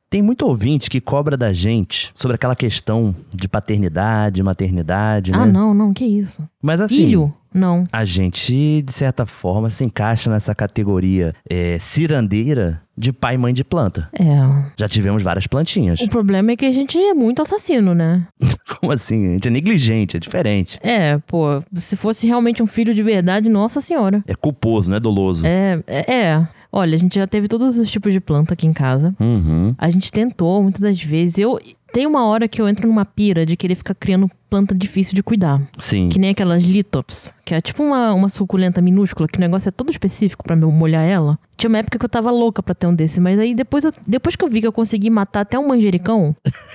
Tem muito ouvinte que cobra da gente sobre aquela questão de paternidade, maternidade, né? Ah, não, que isso? Mas assim... Filho? Não. A gente, de certa forma, se encaixa nessa categoria cirandeira de pai e mãe de planta. Já tivemos várias plantinhas. O problema é que a gente é muito assassino, né? Como assim? A gente é negligente, é diferente. Pô, se fosse realmente um filho de verdade, nossa senhora. É culposo, não é doloso. Olha, a gente já teve todos os tipos de planta aqui em casa. Uhum. A gente tentou muitas das vezes. Tem uma hora que eu entro numa pira de querer ficar criando planta difícil de cuidar. Sim. Que nem aquelas litops, que é tipo uma suculenta minúscula, que o negócio é todo específico pra eu molhar ela. Tinha uma época que eu tava louca pra ter um desse, mas aí depois que eu vi que eu consegui matar até um manjericão...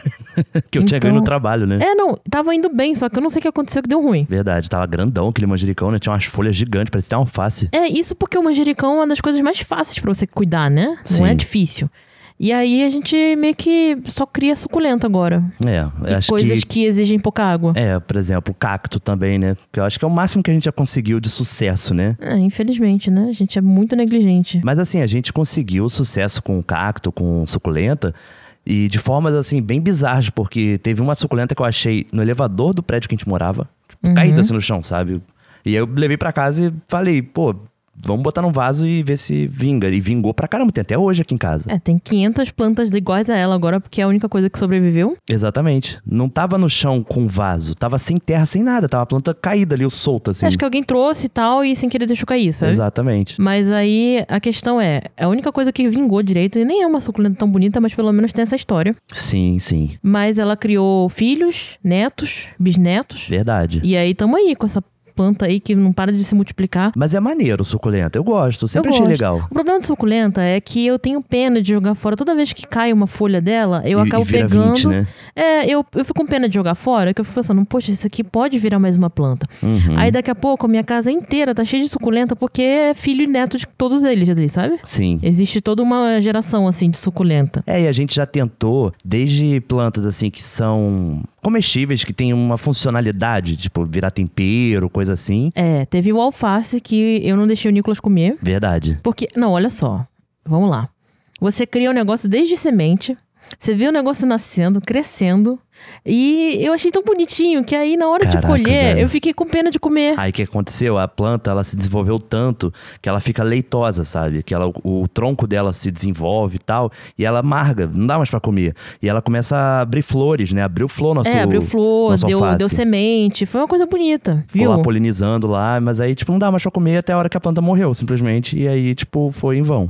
que eu tinha ganho no trabalho, né? Tava indo bem, só que eu não sei o que aconteceu que deu ruim. Verdade, tava grandão aquele manjericão, né? Tinha umas folhas gigantes, parecia até uma alface. Isso porque o manjericão é uma das coisas mais fáceis pra você cuidar, né? Sim. Não é difícil. E aí a gente meio que só cria suculenta agora. Acho coisas que exigem pouca água. Por exemplo, o cacto também, né? Que eu acho que é o máximo que a gente já conseguiu de sucesso, né? Infelizmente, né? A gente é muito negligente. Mas assim, a gente conseguiu sucesso com o cacto, com suculenta. E de formas, assim, bem bizarras. Porque teve uma suculenta que eu achei no elevador do prédio que a gente morava. Caída assim no chão, sabe? E aí eu levei pra casa e falei, pô... Vamos botar num vaso e ver se vinga. E vingou pra caramba, tem até hoje aqui em casa. Tem 500 plantas iguais a ela agora, porque é a única coisa que sobreviveu. Exatamente. Não tava no chão com vaso, tava sem terra, sem nada. Tava a planta caída ali, solta assim. Acho que alguém trouxe e tal e sem querer deixou cair, sabe? Exatamente. Mas aí a questão é a única coisa que vingou direito, e nem é uma suculenta tão bonita, mas pelo menos tem essa história. Sim, sim. Mas ela criou filhos, netos, bisnetos. Verdade. E aí tamo aí com essa planta aí que não para de se multiplicar. Mas é maneiro suculenta, eu gosto, sempre achei legal. O problema de suculenta é que eu tenho pena de jogar fora. Toda vez que cai uma folha dela, eu acabo vira pegando. 20, né? Eu fico com pena de jogar fora, que eu fico pensando, poxa, isso aqui pode virar mais uma planta. Aí daqui a pouco a minha casa inteira tá cheia de suculenta, porque é filho e neto de todos eles ali, sabe? Sim. Existe toda uma geração assim de suculenta. E a gente já tentou, desde plantas assim que são comestíveis, que tem uma funcionalidade, tipo virar tempero, coisa assim. Teve o alface que eu não deixei o Nicolas comer. Verdade. Porque, não, olha só, vamos lá. Você cria um negócio desde semente, você vê o negócio nascendo, crescendo, e eu achei tão bonitinho que aí na hora de colher, velho, eu fiquei com pena de comer. Aí o que aconteceu? A planta, ela se desenvolveu tanto que ela fica leitosa, sabe? Que o tronco dela se desenvolve e tal, e ela amarga, não dá mais pra comer. E ela começa a abrir flores, né? Abriu flor abriu flor, deu semente, foi uma coisa bonita, viu? Ficou lá polinizando lá, mas aí, tipo, não dá mais pra comer até a hora que a planta morreu, simplesmente. E aí, tipo, foi em vão.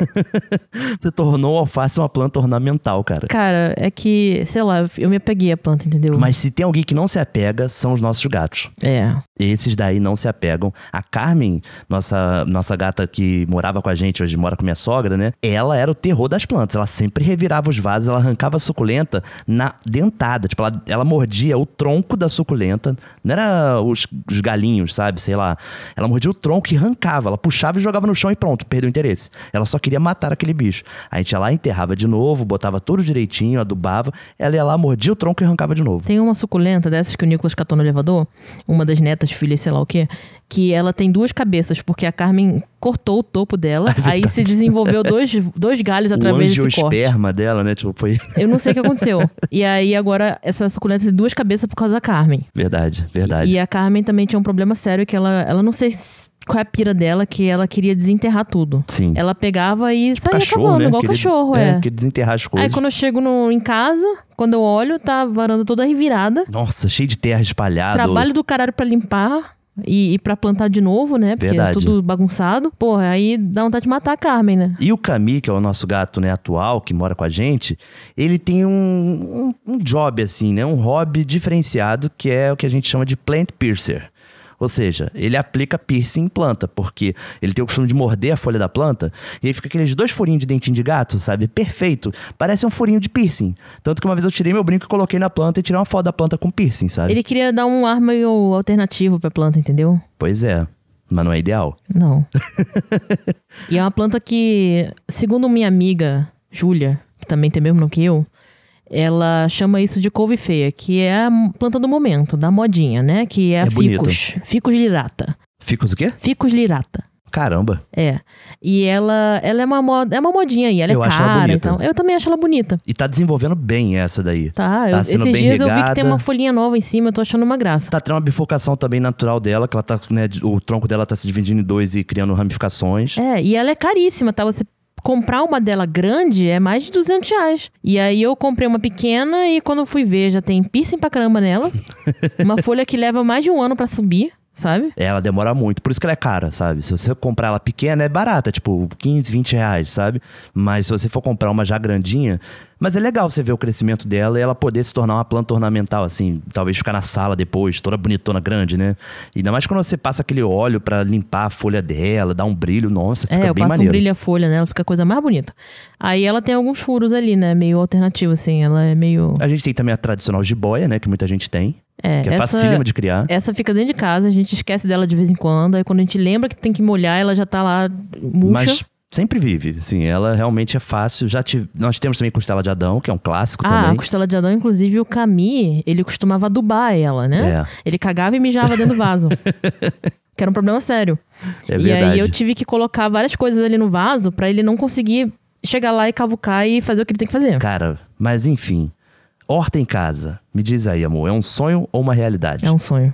Você tornou o alface uma planta ornamental, cara. Cara, é que, sei lá, eu me apeguei à planta, entendeu? Mas se tem alguém que não se apega, são os nossos gatos. Esses daí não se apegam. A Carmen, nossa gata que morava com a gente, hoje mora com minha sogra, né? Ela era o terror das plantas. Ela sempre revirava os vasos, ela arrancava a suculenta na dentada. Tipo, ela mordia o tronco da suculenta. Não era os galinhos, sabe? Sei lá. Ela mordia o tronco e arrancava. Ela puxava e jogava no chão e pronto, perdeu o interesse. Ela só queria matar aquele bicho. A gente ia lá, enterrava de novo, botava tudo direitinho, adubava. Ela ia lá, mordia o tronco e arrancava de novo. Tem uma suculenta dessas que o Nicolas catou no elevador, uma das netas, filhas, sei lá o quê, que ela tem duas cabeças, porque a Carmen cortou o topo dela, aí se desenvolveu dois galhos através desse corte. O angiosperma dela, né? Tipo, foi... Eu não sei o que aconteceu. E aí agora essa suculenta tem duas cabeças por causa da Carmen. Verdade. E a Carmen também tinha um problema sério, que ela não sei qual é a pira dela, que ela queria desenterrar tudo. Sim. Ela pegava e tipo saía acabando, né? Igual cachorro, queria desenterrar as coisas. Aí quando eu chego em casa, quando eu olho, tá a varanda toda revirada. Nossa, cheio de terra espalhada. Trabalho do caralho pra limpar e pra plantar de novo, né? Porque é tudo bagunçado. Porra, aí dá vontade de matar a Carmen, né? E o Cami, que é o nosso gato, né, atual, que mora com a gente, ele tem um job, assim, né? Um hobby diferenciado, que é o que a gente chama de plant piercer. Ou seja, ele aplica piercing em planta, porque ele tem o costume de morder a folha da planta e aí fica aqueles 2 furinhos de dentinho de gato, sabe? Perfeito. Parece um furinho de piercing. Tanto que uma vez eu tirei meu brinco e coloquei na planta e tirei uma foto da planta com piercing, sabe? Ele queria dar um ar meio alternativo pra planta, entendeu? Pois é. Mas não é ideal. Não. E é uma planta que, segundo minha amiga Júlia, que também tem mesmo nome que eu, ela chama isso de couve feia, que é a planta do momento, da modinha, né? Que é a ficus. Ficus lirata. Ficus o quê? Ficus lirata. Caramba. E ela é uma modinha aí, ela é cara. Ela bonita. Então, eu também acho ela bonita. E tá desenvolvendo bem essa daí. Esses bem dias regada. Eu vi que tem uma folhinha nova em cima, eu tô achando uma graça. Tá tendo uma bifurcação também natural dela, que ela tá, né, o tronco dela tá se dividindo em dois e criando ramificações. E ela é caríssima, tá? Você comprar uma dela grande é mais de R$200. E aí eu comprei uma pequena e quando eu fui ver, já tem piercing pra caramba nela. Uma folha que leva mais de 1 ano pra subir. Sabe? Ela demora muito, por isso que ela é cara, sabe? Se você comprar ela pequena, é barata, tipo 15, 20 reais, sabe? Mas se você for comprar uma já grandinha... Mas é legal você ver o crescimento dela e ela poder se tornar uma planta ornamental, assim. Talvez ficar na sala depois, toda bonitona, grande, né? E ainda mais quando você passa aquele óleo pra limpar a folha dela, dar um brilho, nossa, fica bem maneiro. Passa um brilho a folha nela, fica a coisa mais bonita. Aí ela tem alguns furos ali, né? Meio alternativo, assim, ela é meio... A gente tem também a tradicional jiboia, né? Que muita gente tem. Que é facílima de criar. Essa fica dentro de casa, a gente esquece dela de vez em quando. Aí quando a gente lembra que tem que molhar, ela já tá lá murcha. Mas sempre vive, assim, ela realmente é fácil. Nós temos também costela de Adão, que é um clássico também. A costela de Adão, inclusive o Camille, ele costumava adubar ela, né? Ele cagava e mijava dentro do vaso. Que era um problema sério. Verdade. Aí eu tive que colocar várias coisas ali no vaso pra ele não conseguir chegar lá e cavucar e fazer o que ele tem que fazer. Cara, mas enfim... Horta em casa. Me diz aí, amor, é um sonho ou uma realidade? É um sonho.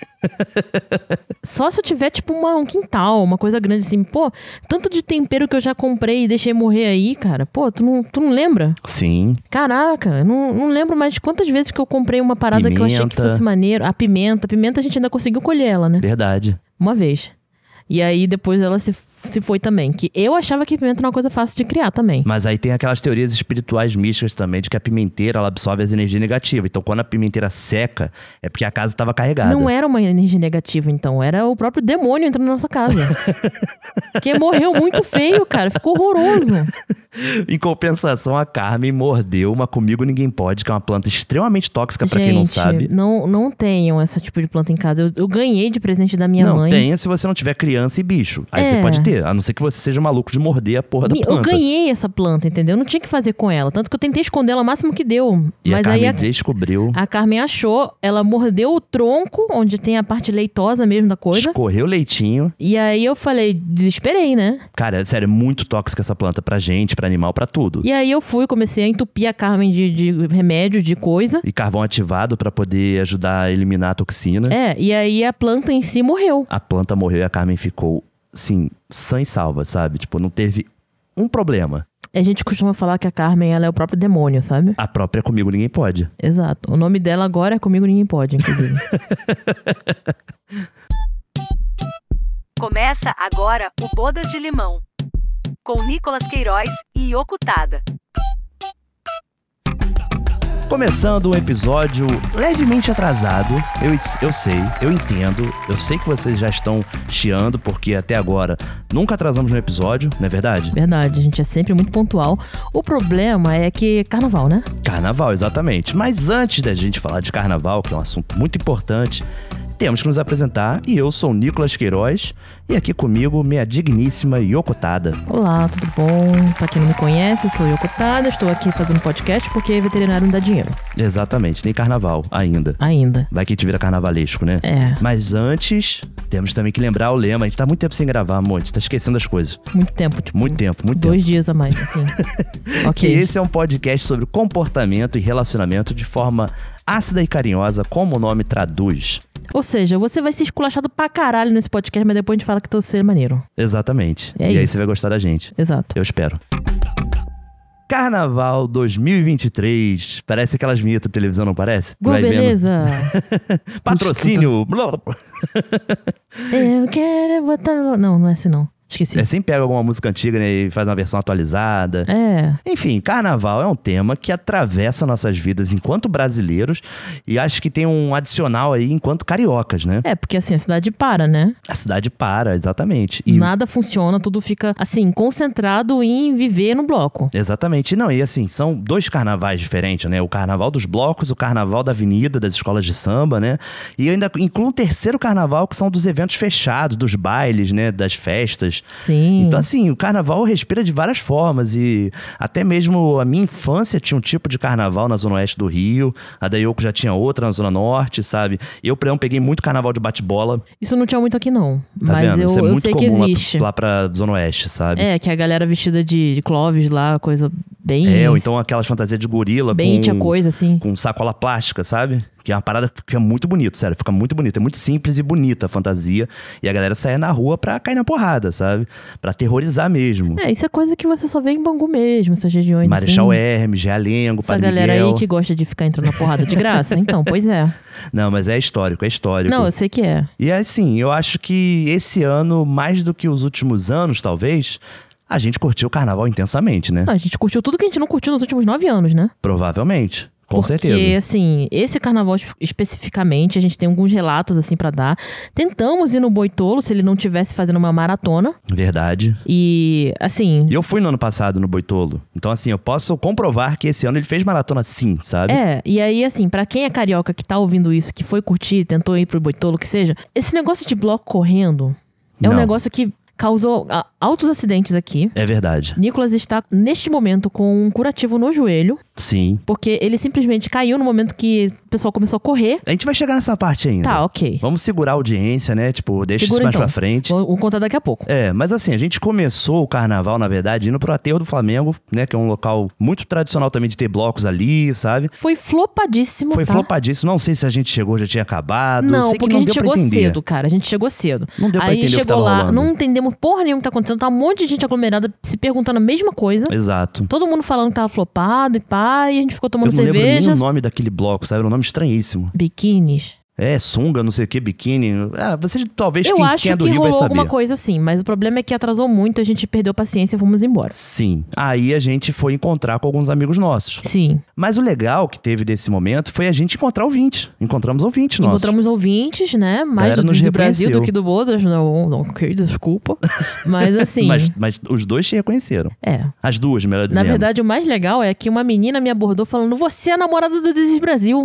Só se eu tiver, tipo, um quintal, uma coisa grande assim. Pô, tanto de tempero que eu já comprei e deixei morrer aí, cara. Pô, tu não lembra? Sim. Caraca, eu não lembro mais de quantas vezes que eu comprei uma parada que eu achei que fosse maneiro. A pimenta a gente ainda conseguiu colher ela, né? Verdade. Uma vez. E aí depois ela se foi também. Que eu achava que pimenta era uma coisa fácil de criar também. Mas aí tem aquelas teorias espirituais místicas também, de que a pimenteira, ela absorve as energias negativas. Então quando a pimenteira seca, é porque a casa estava carregada. Não era uma energia negativa, então. Era o próprio demônio entrando na nossa casa. Que morreu muito feio, cara. Ficou horroroso. Em compensação, a Carmen mordeu uma Comigo Ninguém Pode, que é uma planta extremamente tóxica, pra quem não sabe. Não tenham esse tipo de planta em casa. Eu ganhei de presente da minha mãe. Não tenha se você não tiver criança e bicho. Aí você pode ter, a não ser que você seja maluco de morder a porra da planta. Eu ganhei essa planta, entendeu? Eu não tinha que fazer com ela. Tanto que eu tentei esconder ela o máximo que deu. E mas a Carmen aí descobriu. A Carmen achou, ela mordeu o tronco, onde tem a parte leitosa mesmo da coisa. Escorreu o leitinho. E aí eu falei, desesperei, né? Cara, sério, é muito tóxica essa planta pra gente, pra animal, pra tudo. E aí eu comecei a entupir a Carmen de remédio, de coisa. E carvão ativado pra poder ajudar a eliminar a toxina. E aí a planta em si morreu. A planta morreu e a Carmen ficou, assim, sã e salva, sabe? Tipo, não teve um problema. A gente costuma falar que a Carmen, ela é o próprio demônio, sabe? A própria Comigo Ninguém Pode. Exato. O nome dela agora é Comigo Ninguém Pode, inclusive. Começa agora o Bodas de Limão, com Nicolas Queiroz e Yoko Tada. Começando um episódio levemente atrasado, eu sei, eu entendo, eu sei que vocês já estão chiando, porque até agora nunca atrasamos no episódio, não é verdade? Verdade, a gente é sempre muito pontual. O problema é que carnaval, né? Carnaval, exatamente. Mas antes da gente falar de carnaval, que é um assunto muito importante, temos que nos apresentar, e eu sou o Nicolas Queiroz, e aqui comigo minha digníssima Yoko Tada. Olá, tudo bom? Pra quem não me conhece, sou Yoko Tada, estou aqui fazendo podcast porque veterinário não dá dinheiro. Exatamente, nem carnaval, ainda. Vai que te vira carnavalesco, né? Mas antes, temos também que lembrar o lema, a gente tá muito tempo sem gravar, amor, a gente tá esquecendo as coisas. Muito tempo, tipo. Muito tempo. 2 dias a mais, assim. Ok. E esse é um podcast sobre comportamento e relacionamento de forma ácida e carinhosa, como o nome traduz. Ou seja, você vai ser esculachado pra caralho nesse podcast, mas depois a gente fala que teu ser é maneiro. Exatamente. E aí isso. você vai gostar da gente. Exato. Eu espero. Carnaval 2023. Parece aquelas vinhetas de televisão, não parece? Boa, beleza. Patrocínio. Eu quero botar... Não é assim não. Esqueci. Sempre pega alguma música antiga, né, e faz uma versão atualizada. Enfim, carnaval é um tema que atravessa nossas vidas enquanto brasileiros e acho que tem um adicional aí enquanto cariocas, né? Porque assim, a cidade para, né? A cidade para, exatamente. E nada funciona, tudo fica, assim, concentrado em viver no bloco. Exatamente. Não, e assim, são 2 carnavais diferentes, né? O carnaval dos blocos, o carnaval da avenida, das escolas de samba, né? E eu ainda incluo um terceiro carnaval que são dos eventos fechados, dos bailes, né? Das festas. mais. Sim. Então, assim, o carnaval respira de várias formas e até mesmo a minha infância tinha um tipo de carnaval na zona oeste do Rio, a da Yoko já tinha outra na zona norte, sabe? Eu, por exemplo, peguei muito carnaval de bate-bola. Isso não tinha muito aqui, não. Tá mas vendo? Isso é eu muito sei comum que existe. lá pra zona oeste, sabe? É, que a galera vestida de Clóvis lá, coisa bem... ou então aquelas fantasias de gorila bem tinha coisa, assim. com sacola plástica, sabe? Que é uma parada que fica muito bonito, sério. Fica muito bonito. É muito simples e bonita a fantasia. E a galera saia na rua pra cair na porrada, sabe? Pra aterrorizar mesmo. Isso é coisa que você só vê em Bangu mesmo, essas regiões Marechal assim. Hermes, Realengo, Essa Padre galera Miguel. aí que gosta de ficar entrando na porrada de graça. Então, pois é. Não, mas é histórico, é histórico. Não, eu sei que é. E assim, eu acho que esse ano, mais do que os últimos anos, talvez, a gente curtiu o carnaval intensamente, né? Não, a gente curtiu tudo que a gente não curtiu nos últimos 9 anos, né? Provavelmente. Com certeza. Porque, assim, esse carnaval especificamente, a gente tem alguns relatos, assim, pra dar. Tentamos ir no Boitolo, se ele não tivesse fazendo uma maratona. Verdade. E, assim... E eu fui no ano passado no Boitolo. Então, assim, eu posso comprovar que esse ano ele fez maratona sim, sabe? E aí, assim, pra quem é carioca que tá ouvindo isso, que foi curtir, tentou ir pro Boitolo, que seja, esse negócio de bloco correndo é um negócio que causou altos acidentes aqui. É verdade. Nicolas está, neste momento, com um curativo no joelho. Sim. Porque ele simplesmente caiu no momento que o pessoal começou a correr. A gente vai chegar nessa parte ainda. Tá, ok. Vamos segurar a audiência, né? Tipo, deixa isso mais pra frente. Vou contar daqui a pouco. Mas assim, a gente começou o carnaval, na verdade, indo pro Aterro do Flamengo, né? Que é um local muito tradicional também de ter blocos ali, sabe? Foi flopadíssimo, Foi flopadíssimo. Não sei se a gente chegou, já tinha acabado. Não, sei porque que não a gente deu pra chegou entender. cedo, cara. A gente chegou cedo. Não deu pra Aí entender o que chegou tava lá, rolando. não entendemos porra nenhuma o que tá acontecendo. Tá um monte de gente aglomerada se perguntando a mesma coisa. Exato. Todo mundo falando que tava flopado e pá. E a gente ficou tomando Eu não lembro cerveja. nem o nome daquele bloco, sabe? Era um nome estranhíssimo. Biquínis. Sunga, não sei o que, biquíni. Você talvez Eu quem acho é do que Rio vai rolou saber. alguma coisa assim, mas o problema é que atrasou muito, a gente perdeu paciência e fomos embora. Sim. Aí a gente foi encontrar com alguns amigos nossos. Sim. Mas o legal que teve desse momento foi a gente encontrar ouvinte. Encontramos ouvintes nossos. Encontramos ouvintes, né? Mais Galera do nos Dizzy Brasil reconheceu. do que do Bodas. Não, ok, desculpa. Mas assim... mas os dois te reconheceram. As duas, melhor dizendo. Na verdade, o mais legal é que uma menina me abordou falando: você é a namorada do Dizzy Brasil.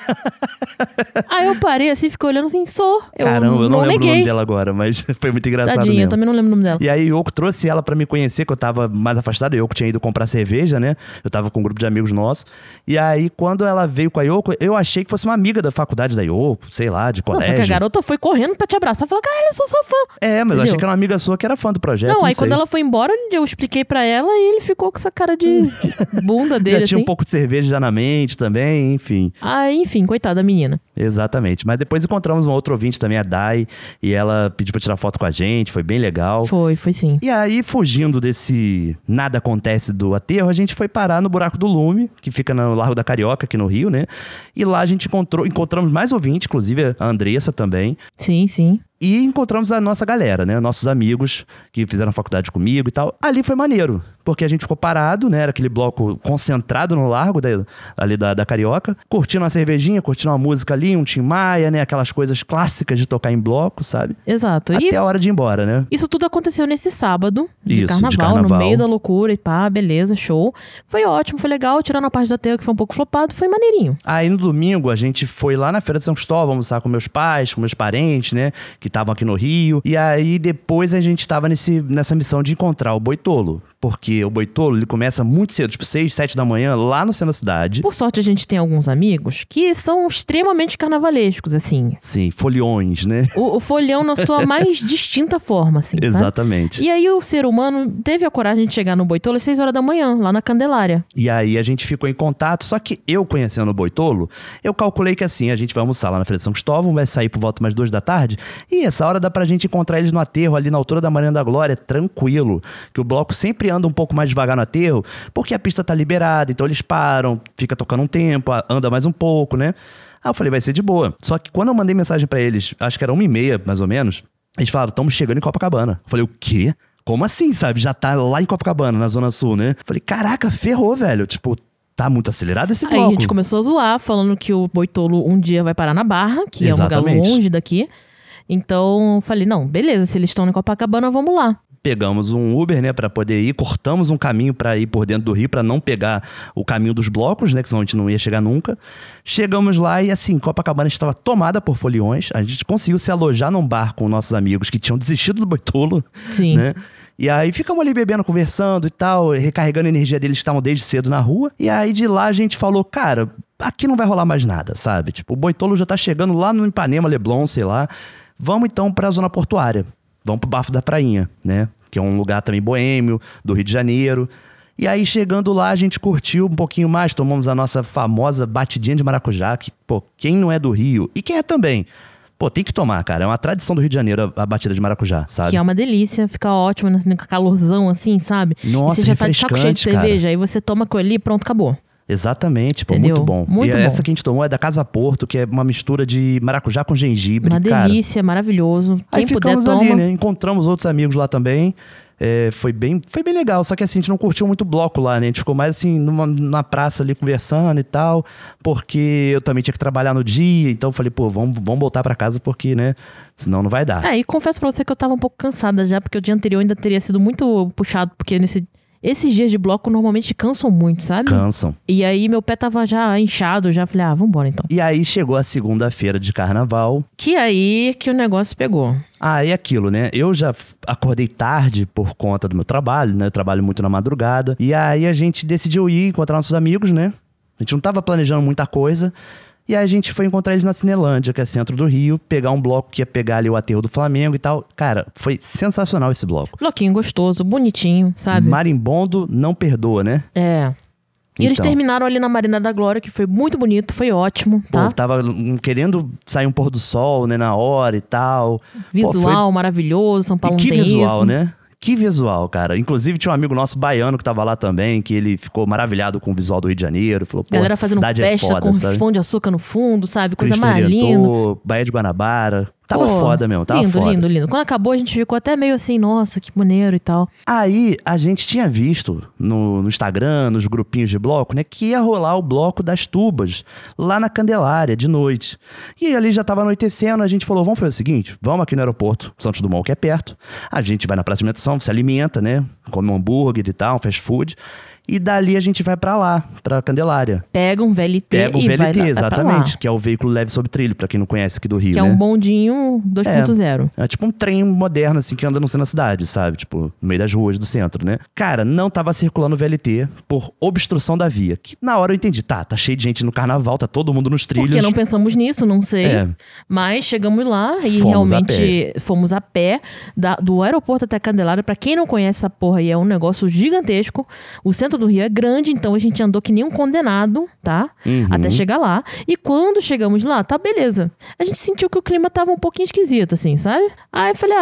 Aí eu parei assim, fiquei olhando assim, sou. Caramba, eu não lembro neguei. o nome dela agora, mas foi muito engraçado Tadinha, mesmo. eu também não lembro o nome dela. E aí, Yoko trouxe ela pra me conhecer, que eu tava mais afastado. Yoko tinha ido comprar cerveja, né? Eu tava com um grupo de amigos nossos. E aí, quando ela veio com a Yoko, eu achei que fosse uma amiga da faculdade da Yoko, sei lá, de colégio. Nossa, que a garota foi correndo pra te abraçar. Falou: caralho, eu sou sua fã. Mas Entendeu? eu achei que era uma amiga sua que era fã do projeto. Não, aí sei. quando ela foi embora, eu expliquei pra ela e ele ficou com essa cara de bunda dele, Já tinha assim. um pouco de cerveja já na mente também, enfim. Aí, enfim, coitada da menina. Exatamente. Mas depois encontramos uma outra ouvinte também, a Dai, e ela pediu pra tirar foto com a gente, foi bem legal. Foi sim. E aí, fugindo desse nada acontece do aterro, a gente foi parar no Buraco do Lume, que fica no Largo da Carioca, aqui no Rio, né? E lá a gente encontramos mais ouvintes, inclusive a Andressa também. Sim. E encontramos a nossa galera, né? Nossos amigos que fizeram faculdade comigo e tal. Ali foi maneiro, porque a gente ficou parado, né? Era aquele bloco concentrado no largo ali da Carioca. Curtindo uma cervejinha, curtindo uma música ali, um Tim Maia, né? Aquelas coisas clássicas de tocar em bloco, sabe? Exato. Até a hora de ir embora, né? Isso tudo aconteceu nesse sábado de Isso, carnaval, no meio da loucura e pá, beleza, show. Foi ótimo, foi legal, tirando a parte do aterro que foi um pouco flopado, foi maneirinho. Aí no domingo a gente foi lá na Feira de São Cristóvão almoçar com meus pais, com meus parentes, né? Que estavam aqui no Rio. E aí depois a gente tava nessa missão de encontrar o Boitolo. Porque o Boitolo, ele começa muito cedo, tipo 6, 7 da manhã, lá no centro da cidade. Por sorte, a gente tem alguns amigos que são extremamente carnavalescos, assim. Sim, foliões, né? O folião na sua mais distinta forma, assim, sabe? Exatamente. E aí o ser humano teve a coragem de chegar no Boitolo às 6 horas da manhã, lá na Candelária. E aí a gente ficou em contato, só que eu conhecendo o Boitolo, eu calculei que assim, a gente vai almoçar lá na Feira de São Cristóvão, vai sair por volta mais 2 da tarde, e essa hora dá pra gente encontrar eles no aterro, ali na altura da Marina da Glória, tranquilo. Que o bloco sempre anda um pouco mais devagar no aterro, porque a pista tá liberada, então eles param, fica tocando um tempo, anda mais um pouco, né? Aí eu falei, vai ser de boa. Só que quando eu mandei mensagem pra eles, acho que era 1h30, mais ou menos, eles falaram, estamos chegando em Copacabana. Eu falei, o quê? Como assim, sabe? Já tá lá em Copacabana, na Zona Sul, né? Eu falei, caraca, ferrou, velho. Tipo, tá muito acelerado esse bloco. Aí a gente começou a zoar, falando que o Boitolo um dia vai parar na Barra, que é um lugar longe daqui. Então, falei, não, beleza, se eles estão em Copacabana, vamos lá. pegamos um Uber, né, pra poder ir, cortamos um caminho pra ir por dentro do rio, pra não pegar o caminho dos blocos, né, que senão a gente não ia chegar nunca. Chegamos lá e, assim, Copacabana estava tomada por foliões. A gente conseguiu se alojar num bar com nossos amigos que tinham desistido do Boitolo, Sim. né? E aí ficamos ali bebendo, conversando e tal, recarregando a energia deles, estavam desde cedo na rua. E aí de lá a gente falou, cara, aqui não vai rolar mais nada, sabe? Tipo, o Boitolo já tá chegando lá no Ipanema, Leblon, sei lá. Vamos então pra zona portuária. Vamos pro Bafo da Prainha, né? Que é um lugar também boêmio, do Rio de Janeiro. E aí, chegando lá, a gente curtiu um pouquinho mais, tomamos a nossa famosa batidinha de maracujá, que, pô, quem não é do Rio, e quem é também, pô, tem que tomar, cara. É uma tradição do Rio de Janeiro a batida de maracujá, sabe? Que é uma delícia, fica ótimo, no calorzão assim, sabe? Nossa, e você já tá de saco cheio de cerveja, aí você toma aquilo ali e pronto, acabou. Exatamente, pô, entendeu? Muito bom. Muito e bom. Essa que a gente tomou é da Casa Porto, que é uma mistura de maracujá com gengibre, uma cara. delícia, maravilhoso. Aí Quem puder, ficamos toma. ali, né? Encontramos outros amigos lá também. Foi bem legal, só que assim, a gente não curtiu muito bloco lá, né? A gente ficou mais assim, na praça ali conversando e tal, porque eu também tinha que trabalhar no dia, então eu falei, pô, vamos voltar pra casa porque, né, senão não vai dar. E confesso pra você que eu tava um pouco cansada já, porque o dia anterior ainda teria sido muito puxado, porque esses dias de bloco normalmente cansam muito, sabe? Cansam. E aí meu pé tava já inchado, já falei, vambora então. E aí chegou a segunda-feira de carnaval. Que aí que o negócio pegou. É aquilo, né? Eu já acordei tarde por conta do meu trabalho, né? Eu trabalho muito na madrugada. E aí a gente decidiu ir encontrar nossos amigos, né? A gente não tava planejando muita coisa. E aí a gente foi encontrar eles na Cinelândia, que é centro do Rio, pegar um bloco que ia pegar ali o aterro do Flamengo e tal. Cara, foi sensacional esse bloco. Bloquinho gostoso, bonitinho, sabe? Marimbondo não perdoa, né? E eles terminaram ali na Marina da Glória, que foi muito bonito, foi ótimo, tá? Pô, tava querendo sair um pôr do sol, né, na hora e tal. Visual maravilhoso, São Paulo não tem isso. Que visual, né? Que visual, cara. Inclusive tinha um amigo nosso baiano que tava lá também, que ele ficou maravilhado com o visual do Rio de Janeiro. Falou, pô, galera fazendo festa foda, com sabe? pão de açúcar no fundo, sabe? Coisa Cristo mais linda. Redentor, Baía de Guanabara. Tava foda mesmo, tava foda. Lindo. Quando acabou, a gente ficou até meio assim, nossa, que maneiro e tal. Aí, a gente tinha visto no Instagram, nos grupinhos de bloco, né, que ia rolar o bloco das tubas, lá na Candelária, de noite. E ali já tava anoitecendo, a gente falou, vamos fazer o seguinte, vamos aqui no aeroporto, Santos Dumont, que é perto. A gente vai na praça de alimentação, se alimenta, né, come um hambúrguer e tal, um fast food. E dali a gente vai pra lá, pra Candelária. Pega um VLT VLT, vai exatamente, que é o veículo leve sobre trilho, pra quem não conhece aqui do Rio, que é né? um bondinho 2.0. É tipo um trem moderno, assim, que anda no centro da cidade, sabe? Tipo, no meio das ruas do centro, né? Cara, não tava circulando o VLT por obstrução da via. Que na hora eu entendi, tá cheio de gente no carnaval, tá todo mundo nos trilhos. Porque não pensamos nisso, não sei. Mas chegamos lá e realmente fomos a pé do aeroporto até Candelária. Pra quem não conhece essa porra aí, é um negócio gigantesco. O centro do Rio é grande, então a gente andou que nem um condenado, tá? Até chegar lá. E quando chegamos lá, tá, beleza. A gente sentiu que o clima tava um pouquinho esquisito, assim, sabe? Aí eu falei,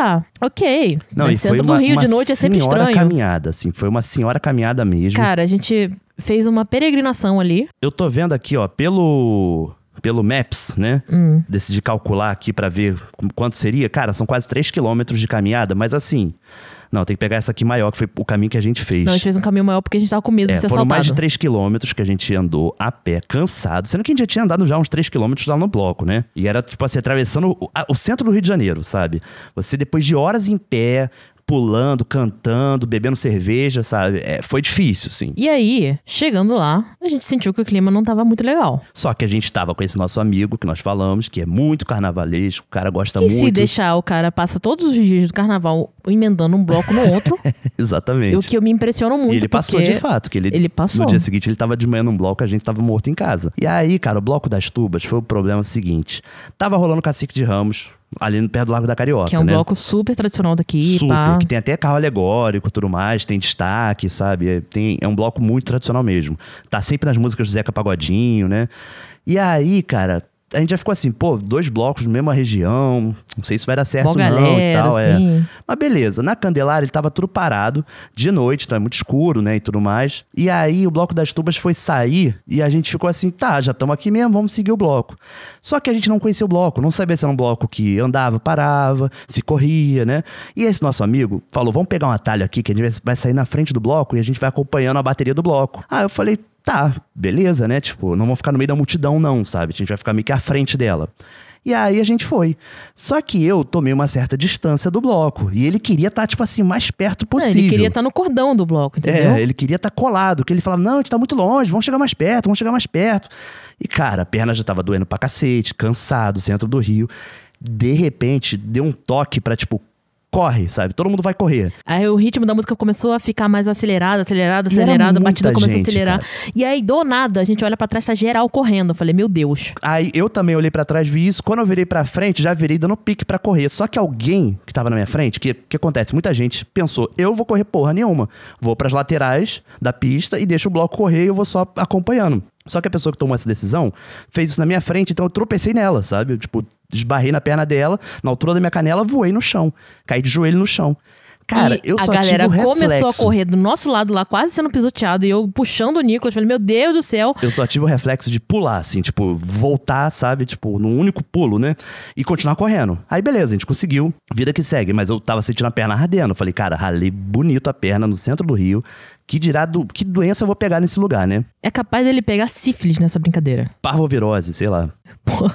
ok. Não, e centro do Rio de noite é sempre estranho. Foi uma caminhada, assim. Foi uma senhora caminhada mesmo. Cara, a gente fez uma peregrinação ali. Eu tô vendo aqui, ó, pelo Maps, né? Decidi calcular aqui pra ver quanto seria. Cara, são quase 3 quilômetros de caminhada, mas assim... Não, tem que pegar essa aqui maior, que foi o caminho que a gente fez. Não, a gente fez um caminho maior porque a gente tava com medo de ser foram assaltado. mais de 3 quilômetros que a gente andou a pé, cansado. Sendo que a gente já tinha andado já uns 3 quilômetros lá no bloco, né? E era, tipo assim, atravessando o centro do Rio de Janeiro, sabe? Você, depois de horas em pé... pulando, cantando, bebendo cerveja, sabe? Foi difícil, sim. E aí, chegando lá, a gente sentiu que o clima não tava muito legal. Só que a gente tava com esse nosso amigo que nós falamos, que é muito carnavalesco, o cara gosta muito. E se deixar, o cara passa todos os dias do carnaval emendando um bloco no outro. Exatamente. O que eu me impressiono muito. E ele passou de fato, que ele passou. No dia seguinte ele tava de manhã num bloco, a gente tava morto em casa. E aí, cara, o bloco das tubas foi o problema seguinte. Tava rolando o Cacique de Ramos, ali perto do Largo da Carioca, que é um bloco super tradicional daqui. Super, que tem até carro alegórico e tudo mais, tem destaque, sabe? É um bloco muito tradicional mesmo. Tá sempre nas músicas do Zeca Pagodinho, né? E aí, cara, a gente já ficou assim, pô, 2 blocos na mesma região, não sei se vai dar certo boa galera, não e tal. Assim. Mas beleza, na Candelária ele tava tudo parado, de noite, então é muito escuro, né, e tudo mais. E aí o bloco das tubas foi sair e a gente ficou assim, tá, já estamos aqui mesmo, vamos seguir o bloco. Só que a gente não conhecia o bloco, não sabia se era um bloco que andava, parava, se corria, né. E esse nosso amigo falou, vamos pegar um atalho aqui que a gente vai sair na frente do bloco e a gente vai acompanhando a bateria do bloco. Ah, eu falei, tá, beleza, né? Tipo, não vamos ficar no meio da multidão, não, sabe? A gente vai ficar meio que à frente dela. E aí a gente foi. Só que eu tomei uma certa distância do bloco. E ele queria estar, tipo assim, mais perto possível. Ele queria estar no cordão do bloco, entendeu? Ele queria estar colado. Que ele falava, não, a gente tá muito longe, vamos chegar mais perto. E, cara, a perna já tava doendo pra cacete, cansado, centro do Rio. De repente, deu um toque pra, tipo, corre, sabe? Todo mundo vai correr. Aí o ritmo da música começou a ficar mais acelerado, a batida começou a acelerar. Cara. E aí, do nada, a gente olha pra trás, tá geral correndo. Eu falei, meu Deus. Aí eu também olhei pra trás, vi isso. Quando eu virei pra frente, já virei dando pique pra correr. Só que alguém que tava na minha frente, que acontece? Muita gente pensou, eu vou correr porra nenhuma. Vou pras laterais da pista e deixo o bloco correr e eu vou só acompanhando. Só que a pessoa que tomou essa decisão fez isso na minha frente, então eu tropecei nela, sabe? Eu, tipo, esbarrei na perna dela, na altura da minha canela, voei no chão. Caí de joelho no chão. Cara, eu só tive o reflexo. A galera começou a correr do nosso lado lá, quase sendo pisoteado, e eu puxando o Nicolas, falei, meu Deus do céu. Eu só tive o reflexo de pular, assim, tipo, voltar, sabe? Tipo, num único pulo, né? E continuar correndo. Aí, beleza, a gente conseguiu. Vida que segue. Mas eu tava sentindo a perna ardendo. Falei, cara, ralei bonito a perna no centro do Rio. Que doença eu vou pegar nesse lugar, né? É capaz dele pegar sífilis nessa brincadeira. Parvovirose, sei lá. Pô.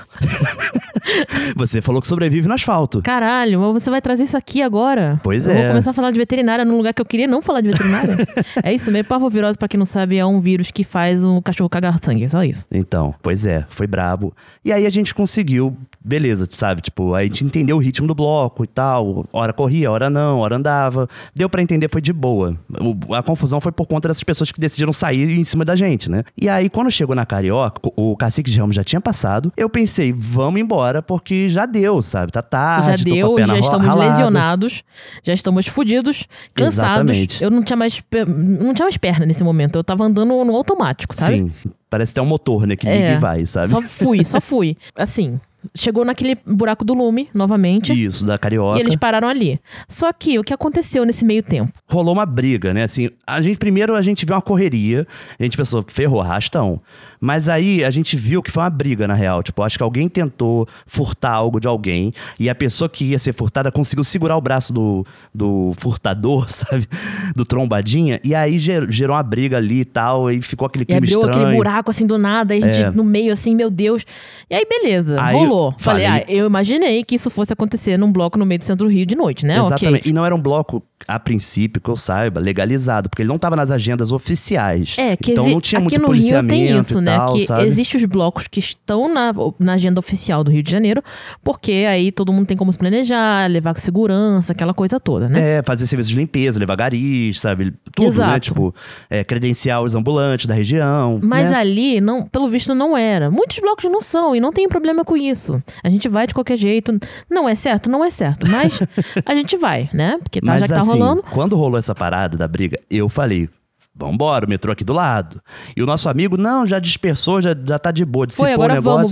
Você falou que sobrevive no asfalto. Caralho, mas você vai trazer isso aqui agora? Pois eu vou começar a falar de veterinária num lugar que eu queria não falar de veterinária. É isso mesmo. Parvovirose, pra quem não sabe, é um vírus que faz o cachorro cagar sangue. É só isso. Então, pois é. Foi brabo. E aí a gente conseguiu... Beleza, sabe? Tipo, aí a gente entendeu o ritmo do bloco e tal. Hora corria, hora não, hora andava. Deu pra entender, foi de boa. A confusão foi por conta dessas pessoas que decidiram sair em cima da gente, né? E aí, quando chegou na Carioca, o Cacique de Ramos já tinha passado. Eu pensei, vamos embora, porque já deu, sabe? Tá tarde, já deu, tô com a perna já estamos ralada. Lesionados, já estamos fudidos, cansados. Exatamente. Eu não tinha mais perna nesse momento. Eu tava andando no automático, sabe? Sim, parece até um motor, né? Que liga e vai, sabe? Só fui. Assim... Chegou naquele buraco do lume, novamente. Isso, da Carioca. E eles pararam ali. Só que, o que aconteceu nesse meio tempo? Rolou uma briga, né? Assim, primeiro a gente viu uma correria. A gente pensou, ferrou, arrastão. Mas aí a gente viu que foi uma briga, na real. Tipo, acho que alguém tentou furtar algo de alguém. E a pessoa que ia ser furtada conseguiu segurar o braço do furtador, sabe? Do trombadinha. E aí gerou uma briga ali e tal. E ficou aquele clima estranho. Abriu aquele buraco assim do nada. Aí a gente no meio assim, meu Deus. E aí, beleza. Rolou. Falei, eu imaginei que isso fosse acontecer num bloco no meio do centro do Rio de noite, né? Exatamente. Okay. E não era um bloco, a princípio, que eu saiba, legalizado. Porque ele não estava nas agendas oficiais. Então não tinha muito policiamento. Aqui no Rio tem isso, né? Que sabe? Existem os blocos que estão na agenda oficial do Rio de Janeiro. Porque aí todo mundo tem como se planejar, levar com segurança, aquela coisa toda, né? Fazer serviço de limpeza, levar garis, sabe? Tudo, exato. Né? Tipo, credenciar os ambulantes da região. Mas né? ali, não, pelo visto, não era. Muitos blocos não são e não tem problema com isso. A gente vai de qualquer jeito. Não é certo? Não é certo. Mas a gente vai, né? Porque já que tá assim, rolando. Quando rolou essa parada da briga, eu falei... Vambora, o metrô aqui do lado. E o nosso amigo, não, já dispersou, já tá de boa. Foi, agora vamos.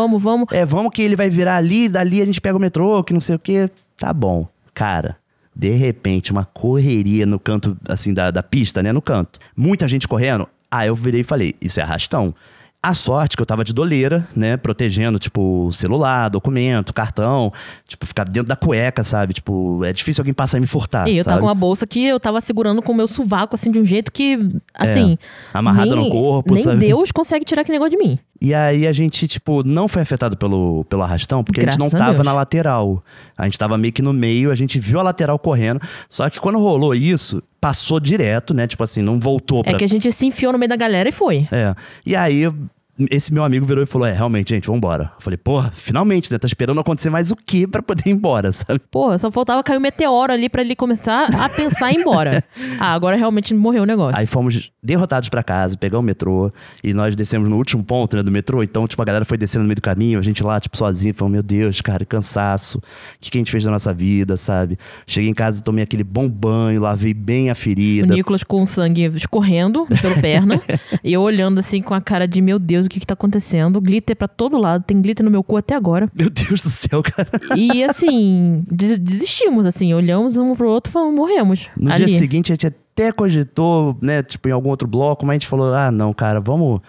Vamos que ele vai virar ali, dali a gente pega o metrô, que não sei o quê. Tá bom. Cara, de repente, uma correria no canto, assim, da pista, né? No canto. Muita gente correndo. Aí eu virei e falei, isso é arrastão. A sorte que eu tava de doleira, né? Protegendo, tipo, celular, documento, cartão. Tipo, ficar dentro da cueca, sabe? Tipo, é difícil alguém passar e me furtar, E eu tava com uma bolsa que eu tava segurando com o meu sovaco, assim, de um jeito que, assim... amarrada no corpo, nem sabe? Deus consegue tirar aquele negócio de mim. E aí a gente, tipo, não foi afetado pelo arrastão, porque a gente não tava na lateral. A gente tava meio que no meio, a gente viu a lateral correndo. Só que quando rolou isso, passou direto, né? Tipo assim, não voltou pra... É que a gente se enfiou no meio da galera e foi. E aí... Esse meu amigo virou e falou, realmente, gente, vambora. Eu falei, porra, finalmente, né? Tá esperando acontecer mais o quê pra poder ir embora, sabe? Porra, só faltava cair um meteoro ali pra ele começar a pensar em ir embora. Agora realmente morreu o negócio. Aí fomos derrotados pra casa, pegar o metrô. E nós descemos no último ponto, né, do metrô. Então, tipo, a galera foi descendo no meio do caminho. A gente lá, tipo, sozinho, falando, meu Deus, cara, cansaço. O que a gente fez da nossa vida, sabe? Cheguei em casa, tomei aquele bom banho, lavei bem a ferida. O Nicolas com o sangue escorrendo pela perna. E eu olhando assim com a cara de, meu Deus, o que tá acontecendo? Glitter pra todo lado. Tem glitter no meu cu até agora. Meu Deus do céu, cara. E assim, desistimos, assim. Olhamos um pro outro e falamos, morremos. No dia seguinte, a gente até cogitou, né? Tipo, em algum outro bloco. Mas a gente falou, não, cara, vamos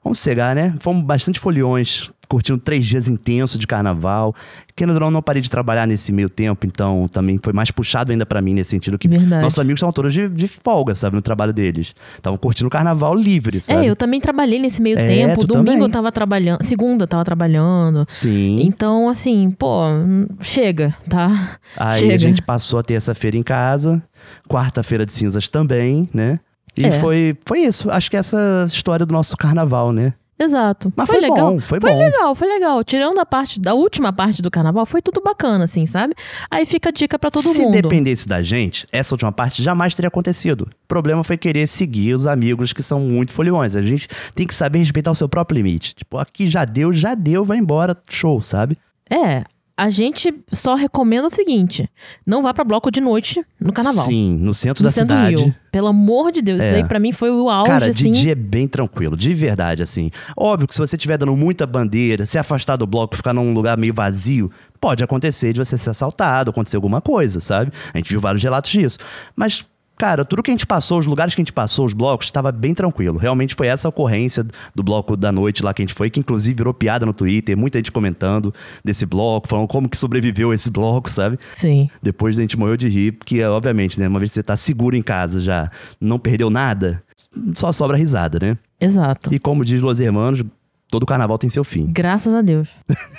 Vamos cegar, né? Fomos bastante foliões, curtindo 3 dias intensos de carnaval. Querendo ou não parei de trabalhar nesse meio tempo, então também foi mais puxado ainda pra mim nesse sentido que nossos amigos estavam todos de folga, sabe, no trabalho deles. Estavam curtindo o carnaval livre, sabe? Eu também trabalhei nesse meio tempo. Domingo também. Eu tava trabalhando, segunda eu tava trabalhando. Sim. Então, assim, pô, chega, tá? Aí chega. A gente passou a terça-feira em casa, quarta-feira de cinzas também, né? E foi isso. Acho que essa história do nosso carnaval, né? Exato. Mas foi legal. Bom, foi bom. Foi legal. Tirando da última parte do carnaval, foi tudo bacana, assim, sabe? Aí fica a dica pra todo mundo. Se dependesse da gente, essa última parte jamais teria acontecido. O problema foi querer seguir os amigos que são muito foliões. A gente tem que saber respeitar o seu próprio limite. Tipo, aqui já deu, vai embora, show, sabe? A gente só recomenda o seguinte: não vá pra bloco de noite no carnaval. Sim, no centro da cidade. Do Rio. Pelo amor de Deus, isso daí pra mim foi o auge, cara, assim. de dia é bem tranquilo, de verdade, assim. Óbvio que se você estiver dando muita bandeira, se afastar do bloco, ficar num lugar meio vazio, pode acontecer de você ser assaltado, acontecer alguma coisa, sabe? A gente viu vários relatos disso. Mas, cara, tudo que a gente passou, os lugares que a gente passou, os blocos, estava bem tranquilo. Realmente foi essa ocorrência do bloco da noite lá que a gente foi, que inclusive virou piada no Twitter, muita gente comentando desse bloco, falando como que sobreviveu esse bloco, sabe? Sim. Depois a gente morreu de rir, porque obviamente, né, uma vez que você tá seguro em casa já, não perdeu nada, só sobra risada, né? Exato. E como diz Los Hermanos, todo carnaval tem seu fim. Graças a Deus.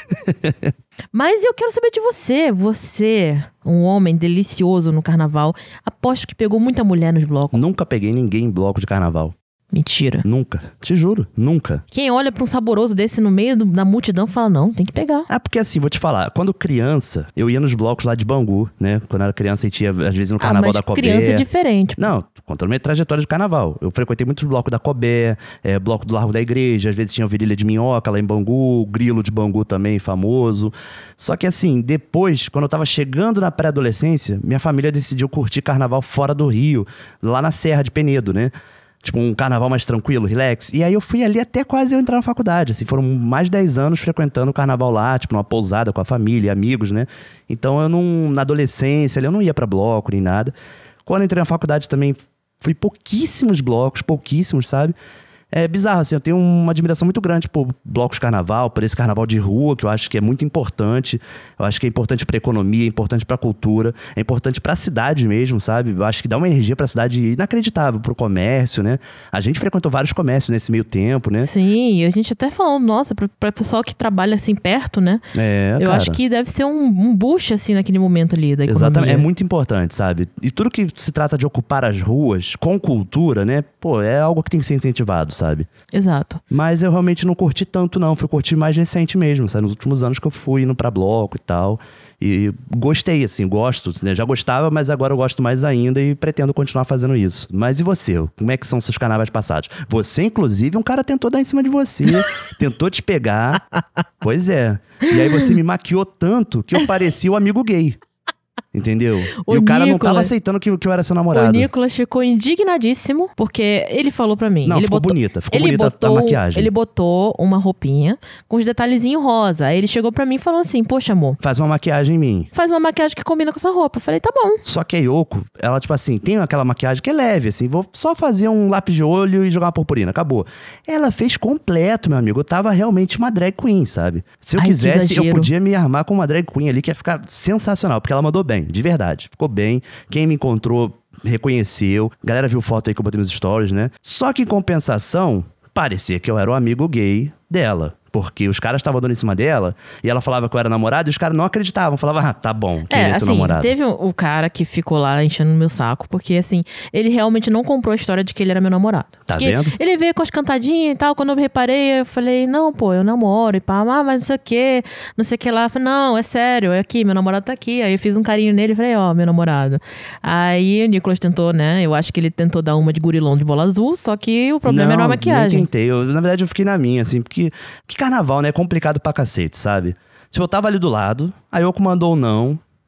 Mas eu quero saber de você. Você, um homem delicioso no carnaval, aposto que pegou muita mulher nos blocos. Nunca peguei ninguém em bloco de carnaval. Mentira. Nunca. Te juro, nunca. Quem olha pra um saboroso desse no meio da multidão fala, não, tem que pegar. Porque assim, vou te falar, quando criança, eu ia nos blocos lá de Bangu, né? Quando eu era criança, a gente ia às vezes no carnaval da Cobé. Criança é diferente. Não, contando minha trajetória de carnaval. Eu frequentei muitos blocos da Cobé, bloco do Largo da Igreja, às vezes tinha o Virilha de Minhoca lá em Bangu, o Grilo de Bangu também, famoso. Só que assim, depois, quando eu tava chegando na pré-adolescência, minha família decidiu curtir carnaval fora do Rio, lá na Serra de Penedo, né? Tipo, um carnaval mais tranquilo, relax. E aí eu fui ali até quase eu entrar na faculdade, assim. Foram mais de 10 anos frequentando o carnaval lá, tipo, numa pousada com a família, amigos, né? Então eu não, na adolescência, eu não ia pra bloco nem nada. Quando eu entrei na faculdade também, fui pouquíssimos blocos, sabe? É bizarro, assim, eu tenho uma admiração muito grande por blocos de carnaval, por esse carnaval de rua, que eu acho que é muito importante. Eu acho que é importante pra economia, é importante pra cultura, é importante pra cidade mesmo, sabe? Eu acho que dá uma energia pra cidade inacreditável, pro comércio, né? A gente frequentou vários comércios nesse meio tempo, né? Sim, e a gente até falou, nossa, pra pessoal que trabalha assim perto, né? Eu acho que deve ser um boost, assim, naquele momento ali da economia. Exatamente, é muito importante, sabe? E tudo que se trata de ocupar as ruas com cultura, né? Pô, é algo que tem que ser incentivado, sabe? Exato. Mas eu realmente não curti tanto, não. Fui curtir mais recente mesmo, sabe? Nos últimos anos que eu fui indo pra bloco e tal. E gostei, assim, gosto, né? Já gostava, mas agora eu gosto mais ainda e pretendo continuar fazendo isso. Mas e você? Como é que são seus carnavais passados? Você, inclusive, um cara tentou dar em cima de você, tentou te pegar. Pois é. E aí você me maquiou tanto que eu parecia o amigo gay. Entendeu? E o cara não tava aceitando que eu era seu namorado. O Nicolas ficou indignadíssimo, porque ele falou pra mim... Não, ficou bonita a maquiagem. Ele botou uma roupinha com os detalhezinhos rosa. Aí ele chegou pra mim e falou assim, poxa, amor... Faz uma maquiagem em mim. Faz uma maquiagem que combina com essa roupa. Eu falei, tá bom. Só que a Yoko, ela tipo assim, tem aquela maquiagem que é leve, assim, vou só fazer um lápis de olho e jogar uma purpurina, acabou. Ela fez completo, meu amigo. Eu tava realmente uma drag queen, sabe? Se eu quisesse, eu podia me armar com uma drag queen ali, que ia ficar sensacional, porque ela mandou bem. De verdade, ficou bem. Quem me encontrou reconheceu. A galera viu foto aí que eu botei nos stories, né? Só que em compensação, parecia que eu era o amigo gay dela. Porque os caras estavam dando em cima dela e ela falava que eu era namorado e os caras não acreditavam. Falavam, tá bom, queria ser namorado. Teve o cara que ficou lá enchendo o meu saco, porque assim, ele realmente não comprou a história de que ele era meu namorado. Tá vendo? Ele veio com as cantadinhas e tal, quando eu reparei, eu falei, não, pô, eu namoro e pá, mas não sei o que lá. Eu falei, não, é sério, é aqui, meu namorado tá aqui. Aí eu fiz um carinho nele e falei, ó, meu namorado. Aí o Nicolas tentou, né, eu acho que ele tentou dar uma de gurilão de bola azul, só que o problema era a maquiagem. Nem tentei, na verdade eu fiquei na minha, assim, porque carnaval, né, é complicado pra cacete, sabe? Tipo, eu tava ali do lado, a Yoko mandou um não,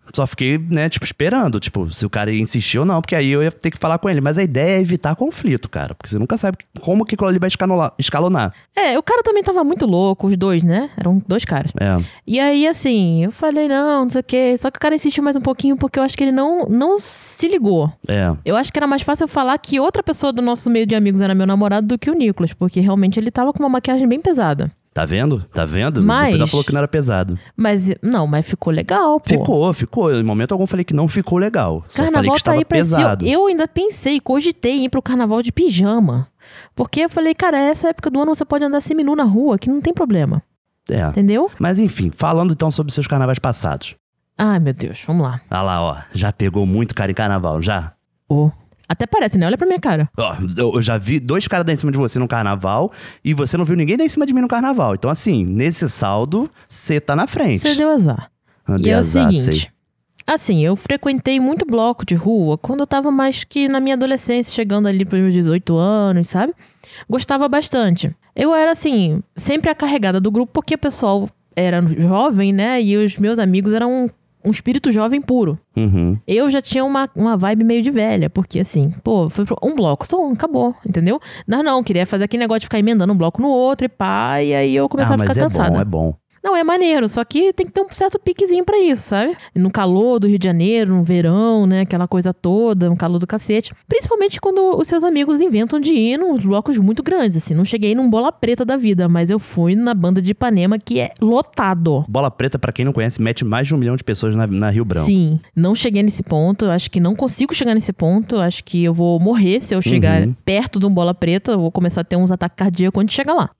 Só fiquei, né, tipo, esperando, tipo, se o cara ia insistir ou não, porque aí eu ia ter que falar com ele. Mas a ideia é evitar conflito, cara, porque você nunca sabe como que aquilo ali vai escalonar. O cara também tava muito louco, os dois, né? Eram 2 caras. E aí, assim, eu falei, não sei o quê. Só que o cara insistiu mais um pouquinho, porque eu acho que ele não se ligou. Eu acho que era mais fácil eu falar que outra pessoa do nosso meio de amigos era meu namorado do que o Nicolas, porque realmente ele tava com uma maquiagem bem pesada. Tá vendo? Mas... Depois ela falou que não era pesado. Mas ficou legal, pô. Ficou. Em momento algum eu falei que não ficou legal. Só Carnaval falei que estava pesado. Eu ainda cogitei em ir pro carnaval de pijama. Porque eu falei, cara, essa época do ano você pode andar seminu na rua, que não tem problema. Entendeu? Mas enfim, falando então sobre seus carnavais passados. Ai, meu Deus, vamos lá. Ah lá, ó. Já pegou muito cara em carnaval, já? Até parece, né? Olha pra minha cara. Eu já vi 2 caras dar em cima de você no carnaval e você não viu ninguém dar em cima de mim no carnaval. Então, assim, nesse saldo, você tá na frente. Você deu azar. E é o seguinte... Assim, eu frequentei muito bloco de rua quando eu tava mais que na minha adolescência, chegando ali pros meus 18 anos, sabe? Gostava bastante. Eu era, assim, sempre a carregada do grupo porque o pessoal era jovem, né? E os meus amigos eram um espírito jovem puro. Eu já tinha uma vibe meio de velha, porque assim, foi um bloco, só acabou, entendeu? Não, queria fazer aquele negócio de ficar emendando um bloco no outro e pá, e aí eu começava a ficar cansada. É bom. Não, é maneiro, só que tem que ter um certo piquezinho pra isso, sabe? No calor do Rio de Janeiro, no verão, né? Aquela coisa toda, no calor do cacete. Principalmente quando os seus amigos inventam de ir nos blocos muito grandes, assim. Não cheguei num Bola Preta da vida, mas eu fui na Banda de Ipanema, que é lotado. Bola Preta, pra quem não conhece, mete mais de 1 milhão de pessoas na Rio Branco. Sim, não cheguei nesse ponto, eu acho que não consigo chegar nesse ponto, eu acho que eu vou morrer se eu chegar perto de um Bola Preta, eu vou começar a ter uns ataques cardíacos quando chegar lá.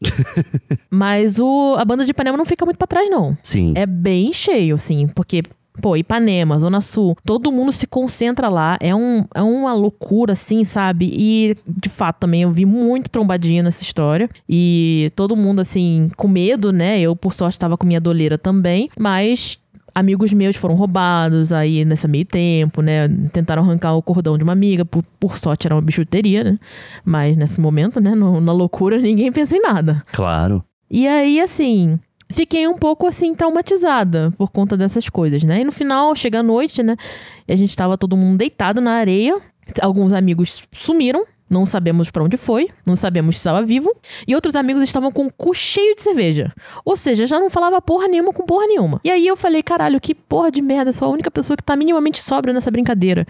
Mas a Banda de Ipanema não fica muito pra trás, não. Sim. É bem cheio, assim, porque... Ipanema, Zona Sul, todo mundo se concentra lá, é uma loucura, assim, sabe? E, de fato, também eu vi muito trombadinha nessa história, e todo mundo, assim, com medo, né? Eu, por sorte, tava com minha doleira também, mas... Amigos meus foram roubados aí nesse meio tempo, né? Tentaram arrancar o cordão de uma amiga, por sorte era uma bijuteria, né? Mas nesse momento, né? Na loucura, ninguém pensa em nada. Claro. E aí, assim... Fiquei um pouco, assim, traumatizada por conta dessas coisas, né? E no final, chega a noite, né? E a gente tava todo mundo deitado na areia. Alguns amigos sumiram. Não sabemos pra onde foi. Não sabemos se estava vivo. E outros amigos estavam com o cu cheio de cerveja. Ou seja, já não falava porra nenhuma com porra nenhuma. E aí eu falei, caralho, que porra de merda. Sou a única pessoa que tá minimamente sóbria nessa brincadeira.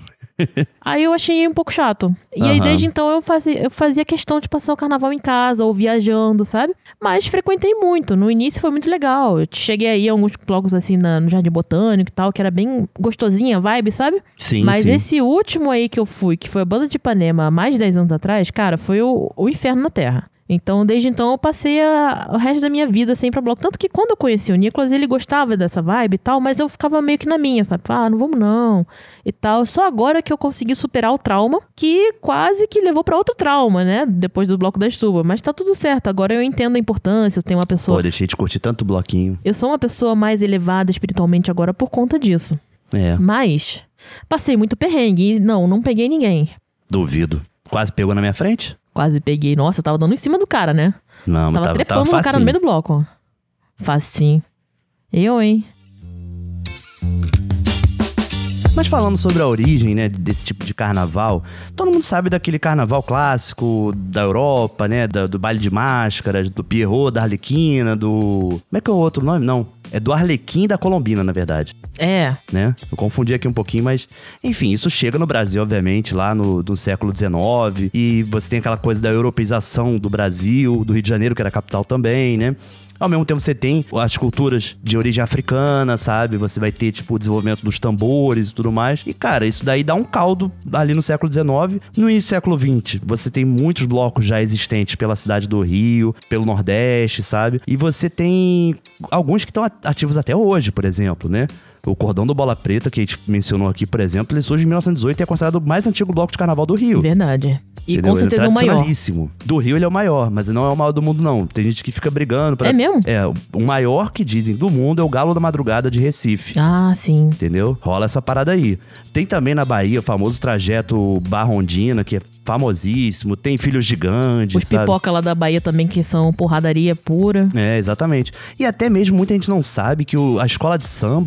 Aí eu achei um pouco chato. E aí desde então eu fazia questão de passar o carnaval em casa ou viajando, sabe? Mas frequentei muito. No início foi muito legal. Eu cheguei aí a alguns blocos assim no Jardim Botânico e tal, que era bem gostosinha a vibe, sabe? Sim, Mas esse último aí que eu fui, que foi a Banda de Ipanema há mais de 10 anos atrás, cara, foi o inferno na Terra. Então, desde então, eu passei o resto da minha vida sem ir pra bloco. Tanto que quando eu conheci o Nicolas, ele gostava dessa vibe e tal, mas eu ficava meio que na minha, sabe? Não vamos não, e tal. Só agora que eu consegui superar o trauma, que quase que levou pra outro trauma, né? Depois do bloco da Estuba. Mas tá tudo certo, agora eu entendo a importância, eu tenho uma pessoa... deixei de curtir tanto bloquinho. Eu sou uma pessoa mais elevada espiritualmente agora por conta disso. Mas, passei muito perrengue e não peguei ninguém. Duvido. Quase pegou na minha frente? Quase peguei. Nossa, eu tava dando em cima do cara, né? Não, mas tava trepando no cara no meio do bloco. Facinho. hein? Mas falando sobre a origem, né, desse tipo de carnaval, todo mundo sabe daquele carnaval clássico da Europa, né, do baile de máscaras, do Pierrot, da Arlequina, do... Como é que é o outro nome? Não, é do Arlequim e da Colombina, na verdade. Né? Eu confundi aqui um pouquinho, mas... Enfim, isso chega no Brasil, obviamente, lá no século XIX, e você tem aquela coisa da europeização do Brasil, do Rio de Janeiro, que era a capital também, né? Ao mesmo tempo você tem as culturas de origem africana, sabe? Você vai ter, tipo, o desenvolvimento dos tambores e tudo mais. E, cara, isso daí dá um caldo ali no século XIX. No início do século XX, você tem muitos blocos já existentes pela cidade do Rio, pelo Nordeste, sabe? E você tem alguns que estão ativos até hoje, por exemplo, né? O Cordão do Bola Preta, que a gente mencionou aqui, por exemplo, ele surge em 1918 e é considerado o mais antigo bloco de carnaval do Rio. Verdade. E entendeu? Com certeza ele é o maior. Tradicionalíssimo. Do Rio ele é o maior, mas não é o maior do mundo, não. Tem gente que fica brigando. É mesmo? O maior que dizem do mundo é o Galo da Madrugada de Recife. Ah, sim. Entendeu? Rola essa parada aí. Tem também na Bahia o famoso trajeto Barrondina, que é famosíssimo. Tem Filhos de Gandhi, Os pipoca lá da Bahia também, que são porradaria pura. Exatamente. E até mesmo muita gente não sabe que a escola de samba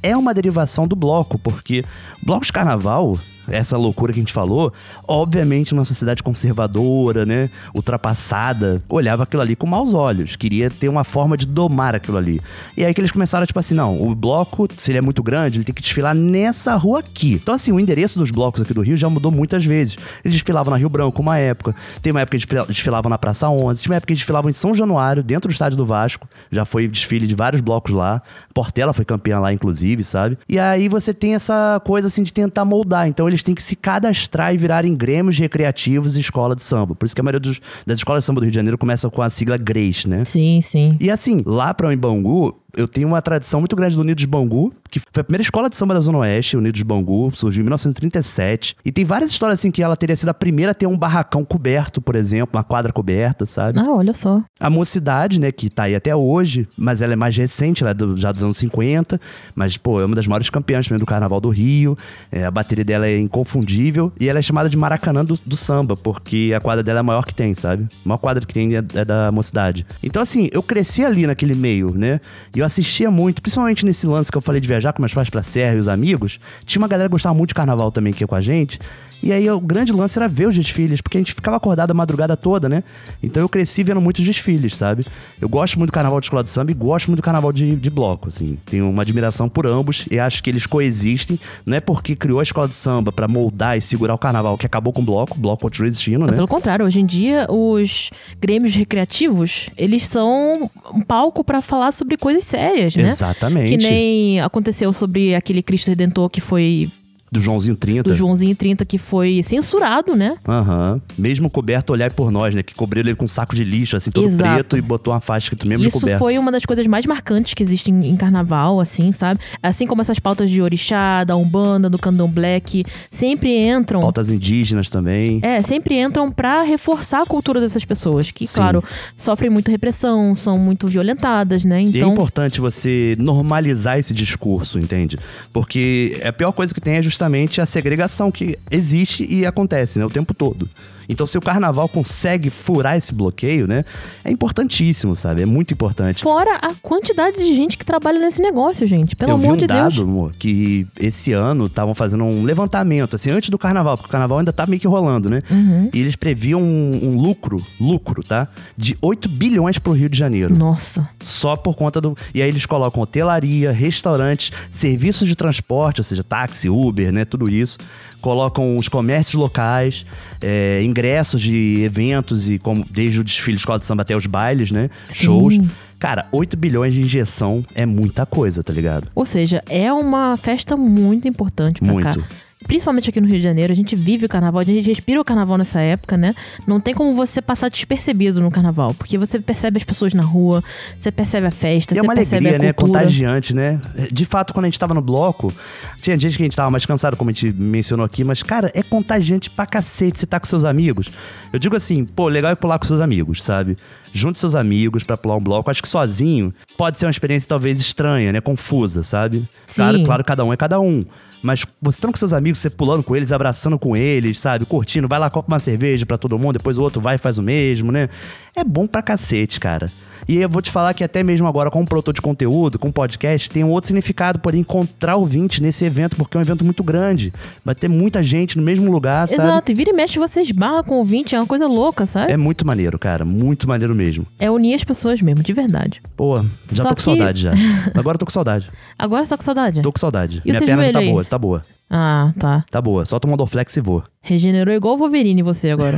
é uma derivação do bloco, porque bloco de carnaval, essa loucura que a gente falou, obviamente uma sociedade conservadora, né, ultrapassada, olhava aquilo ali com maus olhos, queria ter uma forma de domar aquilo ali. E aí que eles começaram, tipo assim, não, o bloco, se ele é muito grande, ele tem que desfilar nessa rua aqui. Então assim, o endereço dos blocos aqui do Rio já mudou muitas vezes. Eles desfilavam na Rio Branco uma época, tem uma época que eles desfilavam na Praça 11, tinha uma época que eles desfilavam em São Januário, dentro do estádio do Vasco, já foi desfile de vários blocos lá, Portela foi campeã lá, inclusive, sabe? E aí você tem essa coisa assim de tentar moldar, então eles têm que se cadastrar e virarem grêmios recreativos e escola de samba. Por isso que a maioria das escolas de samba do Rio de Janeiro começa com a sigla GRES, né? Sim, sim. E assim, lá pra Bangu, eu tenho uma tradição muito grande do Unidos Bangu, que foi a primeira escola de samba da Zona Oeste, Unidos Bangu, surgiu em 1937. E tem várias histórias assim que ela teria sido a primeira a ter um barracão coberto, por exemplo, uma quadra coberta, sabe? Ah, olha só. A Mocidade, né, que tá aí até hoje, mas ela é mais recente, ela é já dos anos 50, mas, pô, é uma das maiores campeãs também do Carnaval do Rio, a bateria dela é inconfundível, e ela é chamada de Maracanã do samba, porque a quadra dela é a maior que tem, sabe? A maior quadra que tem é da Mocidade. Então, assim, eu cresci ali naquele meio, né? E eu assistia muito, principalmente nesse lance que eu falei de viajar com meus pais pra Serra e os amigos. Tinha uma galera que gostava muito de carnaval também que ia com a gente. E aí o grande lance era ver os desfiles, porque a gente ficava acordado a madrugada toda, né? Então eu cresci vendo muitos desfiles, sabe? Eu gosto muito do carnaval de escola de samba e gosto muito do carnaval de bloco, assim. Tenho uma admiração por ambos e acho que eles coexistem. Não é porque criou a escola de samba pra moldar e segurar o carnaval que acabou com o bloco continua existindo, né? Pelo contrário, hoje em dia os grêmios recreativos, eles são um palco pra falar sobre coisas sérias, né? Exatamente. Que nem aconteceu sobre aquele Cristo Redentor que foi... Do Joãozinho 30. Do Joãozinho 30, que foi censurado, né? Aham. Mesmo coberto, olhar por nós, né? Que cobriram ele com um saco de lixo, assim, todo Exato. preto e botou uma faixa escrito mesmo coberto. Isso foi uma das coisas mais marcantes que existem em carnaval, assim, sabe? Assim como essas pautas de orixá, da umbanda, do candomblé, que sempre entram... Pautas indígenas também. Sempre entram pra reforçar a cultura dessas pessoas, que, Sim. claro, sofrem muita repressão, são muito violentadas, né? Então... E é Então... importante você normalizar esse discurso, entende? Porque a pior coisa que tem é justamente a segregação que existe e acontece, né, o tempo todo. Então, se o carnaval consegue furar esse bloqueio, né, é importantíssimo, sabe? É muito importante. Fora a quantidade de gente que trabalha nesse negócio, gente. Pelo amor de Deus. Eu vi um dado, amor, que esse ano estavam fazendo um levantamento, assim, antes do carnaval, porque o carnaval ainda tá meio que rolando, né? Uhum. E eles previam um lucro, tá? De 8 bilhões pro Rio de Janeiro. Nossa. Só por conta do... E aí eles colocam hotelaria, restaurantes, serviços de transporte, ou seja, táxi, Uber, né? Tudo isso. Colocam os comércios locais, ingressos de eventos, e como desde o desfile de escola de samba até os bailes, né? Sim. Shows. Cara, 8 bilhões de injeção é muita coisa, tá ligado? Ou seja, é uma festa muito importante pra cá. Principalmente aqui no Rio de Janeiro, a gente vive o carnaval, a gente respira o carnaval nessa época, né? Não tem como você passar despercebido no carnaval, porque você percebe as pessoas na rua, você percebe a festa, você percebe a cultura. É uma alegria, né? Contagiante, né? De fato, quando a gente tava no bloco, tinha gente que a gente tava mais cansado, como a gente mencionou aqui, mas, cara, é contagiante pra cacete você tá com seus amigos. Eu digo assim, pô, legal é pular com seus amigos, sabe? Junte seus amigos pra pular um bloco. Acho que sozinho pode ser uma experiência talvez estranha, né? Confusa, sabe? Sim. Claro, cada um é cada um. Mas você estando com seus amigos, você pulando com eles, abraçando com eles, sabe? Curtindo, vai lá, compra uma cerveja pra todo mundo, depois o outro vai e faz o mesmo, né? É bom pra cacete, cara. E eu vou te falar que até mesmo agora, como produtor de conteúdo, com podcast, tem um outro significado, poder encontrar ouvinte nesse evento, porque é um evento muito grande. Vai ter muita gente no mesmo lugar, sabe? Exato, e vira e mexe você esbarra com o ouvinte, é uma coisa louca, sabe? É muito maneiro, cara, muito maneiro mesmo. É unir as pessoas mesmo, de verdade. Pô, já tô com saudade já. Agora eu tô com saudade. Agora você tá com saudade? Tô com saudade. E minha perna já tá boa, tá boa. Ah, tá. Tá boa, só toma Dorflex e vou. Regenerou igual o Wolverine você agora.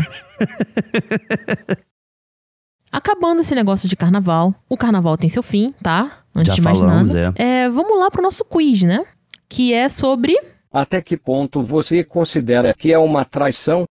Acabando esse negócio de carnaval, o carnaval tem seu fim, tá? Antes já de mais falamos, nada. Vamos lá pro nosso quiz, né? Que é sobre... Até que ponto você considera que é uma traição?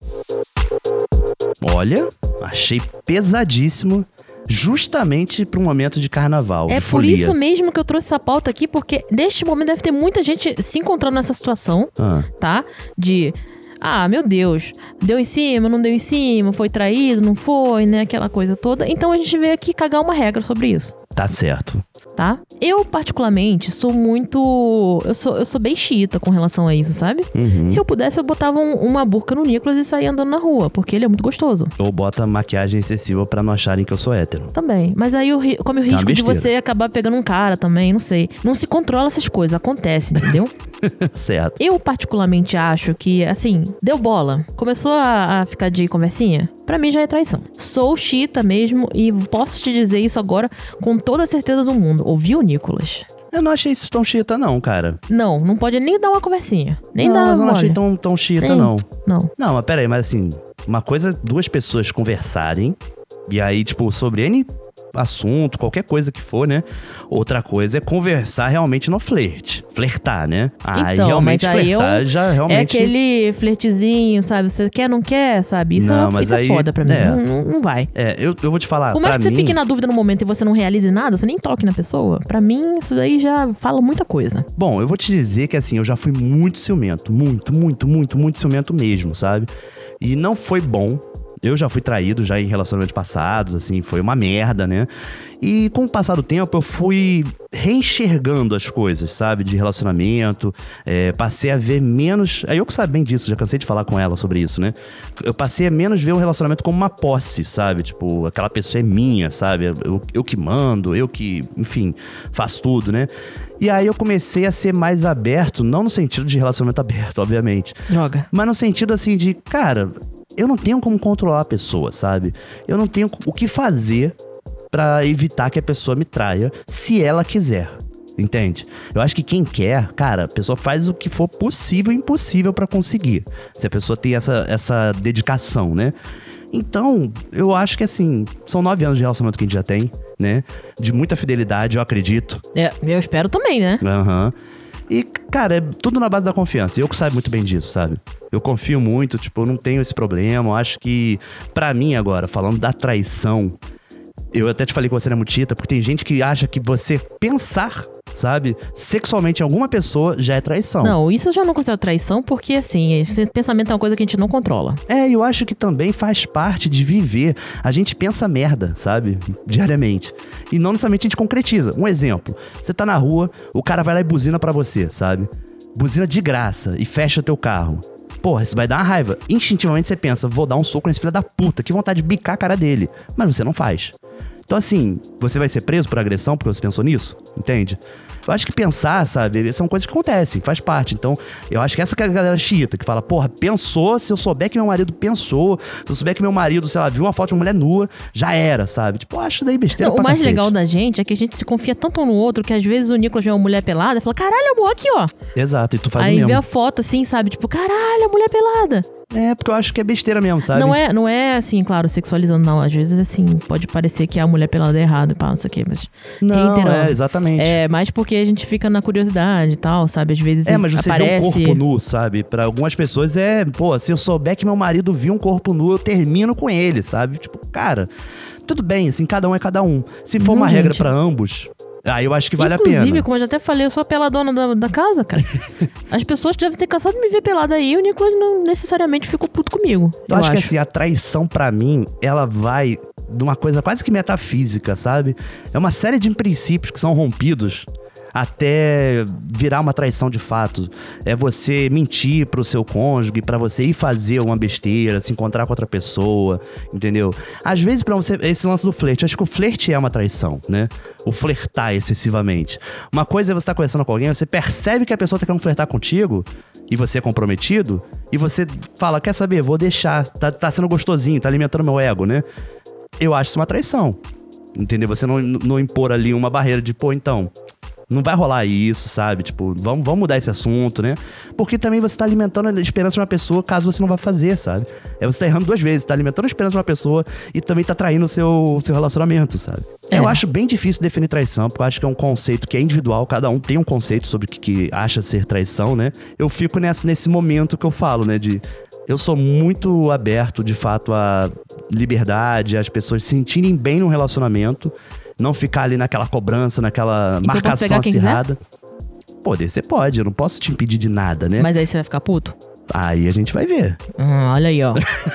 Olha, achei pesadíssimo. Justamente para um momento de carnaval, É de por folia. isso mesmo que eu trouxe essa pauta aqui, porque neste momento deve ter muita gente se encontrando nessa situação, tá? De meu Deus, deu em cima, não deu em cima, foi traído, não foi, né? Aquela coisa toda. Então a gente veio aqui cagar uma regra sobre isso. Tá certo. Tá? Eu, particularmente, sou muito... Eu sou bem xiita com relação a isso, sabe? Uhum. Se eu pudesse, eu botava uma burca no Nicolas e saía andando na rua, porque ele é muito gostoso. Ou bota maquiagem excessiva pra não acharem que eu sou hétero. Também. Mas aí come o risco de você acabar pegando um cara também, não sei. Não se controla essas coisas, acontece, entendeu? Certo. Eu, particularmente, acho que, assim, deu bola. Começou a ficar de conversinha. Pra mim já é traição. Sou xiita mesmo e posso te dizer isso agora com toda a certeza do mundo. Ouviu, Nicolas? Eu não achei isso tão xiita, não, cara. Não pode nem dar uma conversinha. Nem não, dar mas eu não mole. achei tão xiita, não. Não. Não, mas peraí, mas assim, uma coisa é duas pessoas conversarem, e aí, tipo, sobre N assunto, qualquer coisa que for, né? Outra coisa é conversar realmente no flerte. Flertar, né? Aí então, realmente mas aí flertar já realmente... É aquele flertezinho, sabe? Você quer, não quer, sabe? Isso é foda pra mim. Não vai. Eu vou te falar, por mais que você fique na dúvida no momento e você não realize nada, você nem toque na pessoa, pra mim isso daí já fala muita coisa. Bom, eu vou te dizer que assim, eu já fui muito ciumento. Muito ciumento mesmo, sabe? E não foi bom. Eu já fui traído já em relacionamentos passados, assim, foi uma merda, né? E com o passar do tempo eu fui reenxergando as coisas, sabe? De relacionamento, passei a ver menos... A Yoko sabe bem disso, já cansei de falar com ela sobre isso, né? Eu passei a menos ver um relacionamento como uma posse, sabe? Tipo, aquela pessoa é minha, sabe? Eu que mando, eu que, enfim, faço tudo, né? E aí eu comecei a ser mais aberto, não no sentido de relacionamento aberto, obviamente. Droga. Mas no sentido assim de, cara... Eu não tenho como controlar a pessoa, sabe? Eu não tenho o que fazer pra evitar que a pessoa me traia, se ela quiser, entende? Eu acho que quem quer, cara, a pessoa faz o que for possível e impossível pra conseguir. Se a pessoa tem essa dedicação, né? Então, eu acho que assim, são 9 anos de relacionamento que a gente já tem, né? De muita fidelidade, eu acredito. Eu espero também, né? Aham. E, cara, é tudo na base da confiança. Eu que sabe muito bem disso, sabe? Eu confio muito, tipo, eu não tenho esse problema. Eu acho que, pra mim agora, falando da traição, eu até te falei que você não é muito xiita, porque tem gente que acha que você pensar, sabe, sexualmente em alguma pessoa já é traição. Não, isso eu já não considero traição, porque assim, esse pensamento é uma coisa que a gente não controla. Eu acho que também faz parte de viver. A gente pensa merda, sabe, diariamente. E não necessariamente a gente concretiza. Um exemplo, você tá na rua, o cara vai lá e buzina pra você, sabe? Buzina de graça e fecha teu carro. Porra, isso vai dar uma raiva. Instintivamente você pensa, vou dar um soco nesse filho da puta, que vontade de bicar a cara dele. Mas você não faz. Então assim, você vai ser preso por agressão porque você pensou nisso? Entende? Eu acho que pensar, sabe, são coisas que acontecem, faz parte. Então, eu acho que essa que é a galera xiita, que fala, porra, pensou, se eu souber que meu marido pensou, se eu souber que meu marido, sei lá, viu uma foto de uma mulher nua, já era, sabe? Tipo, eu acho daí besteira pra O mais cacete. legal da gente é que a gente se confia tanto um no outro, que às vezes o Nicolas vê uma mulher pelada e fala, caralho, amor, aqui, ó. Exato, e tu faz Aí o mesmo. vê a foto assim, sabe, tipo, caralho, a mulher pelada. Porque eu acho que é besteira mesmo, sabe? Não é assim, claro, sexualizando, não. Às vezes, assim, pode parecer que a mulher pelada é errado e pá, não sei o quê, mas... Não, exatamente. Mais porque a gente fica na curiosidade e tal, sabe? Às vezes mas você vê um corpo nu, sabe? Pra algumas pessoas se eu souber que meu marido viu um corpo nu, eu termino com ele, sabe? Tipo, cara, tudo bem, assim, cada um é cada um. Se for uma regra pra ambos... Aí eu acho que vale a pena. Inclusive, como eu já até falei, eu sou a peladona da casa, cara. As pessoas devem ter cansado de me ver pelada aí e o Nicolas não necessariamente ficou puto comigo. Eu acho que assim, a traição pra mim, ela vai de uma coisa quase que metafísica, sabe? É uma série de princípios que são rompidos até virar uma traição de fato. É você mentir pro seu cônjuge, pra você ir fazer uma besteira, se encontrar com outra pessoa, entendeu? Às vezes pra você, esse lance do flerte, acho que o flerte é uma traição, né? O flertar excessivamente. Uma coisa é você estar conversando com alguém, você percebe que a pessoa tá querendo flertar contigo, e você é comprometido, e você fala, quer saber, vou deixar, tá sendo gostosinho, tá alimentando meu ego, né? Eu acho isso uma traição, entendeu? Você não impor ali uma barreira de, então... Não vai rolar isso, sabe? Tipo, vamos mudar esse assunto, né? Porque também você tá alimentando a esperança de uma pessoa caso você não vá fazer, sabe? Você tá errando 2 vezes, tá alimentando a esperança de uma pessoa e também tá traindo o seu relacionamento, sabe? Eu acho bem difícil definir traição, porque eu acho que é um conceito que é individual, cada um tem um conceito sobre o que acha ser traição, né? Eu fico nesse momento que eu falo, né? Eu sou muito aberto, de fato, à liberdade, às pessoas se sentirem bem no relacionamento, não ficar ali naquela cobrança, naquela marcação acirrada. Poder, você pode, eu não posso te impedir de nada, né? Mas aí você vai ficar puto? Aí a gente vai ver. Olha aí, ó.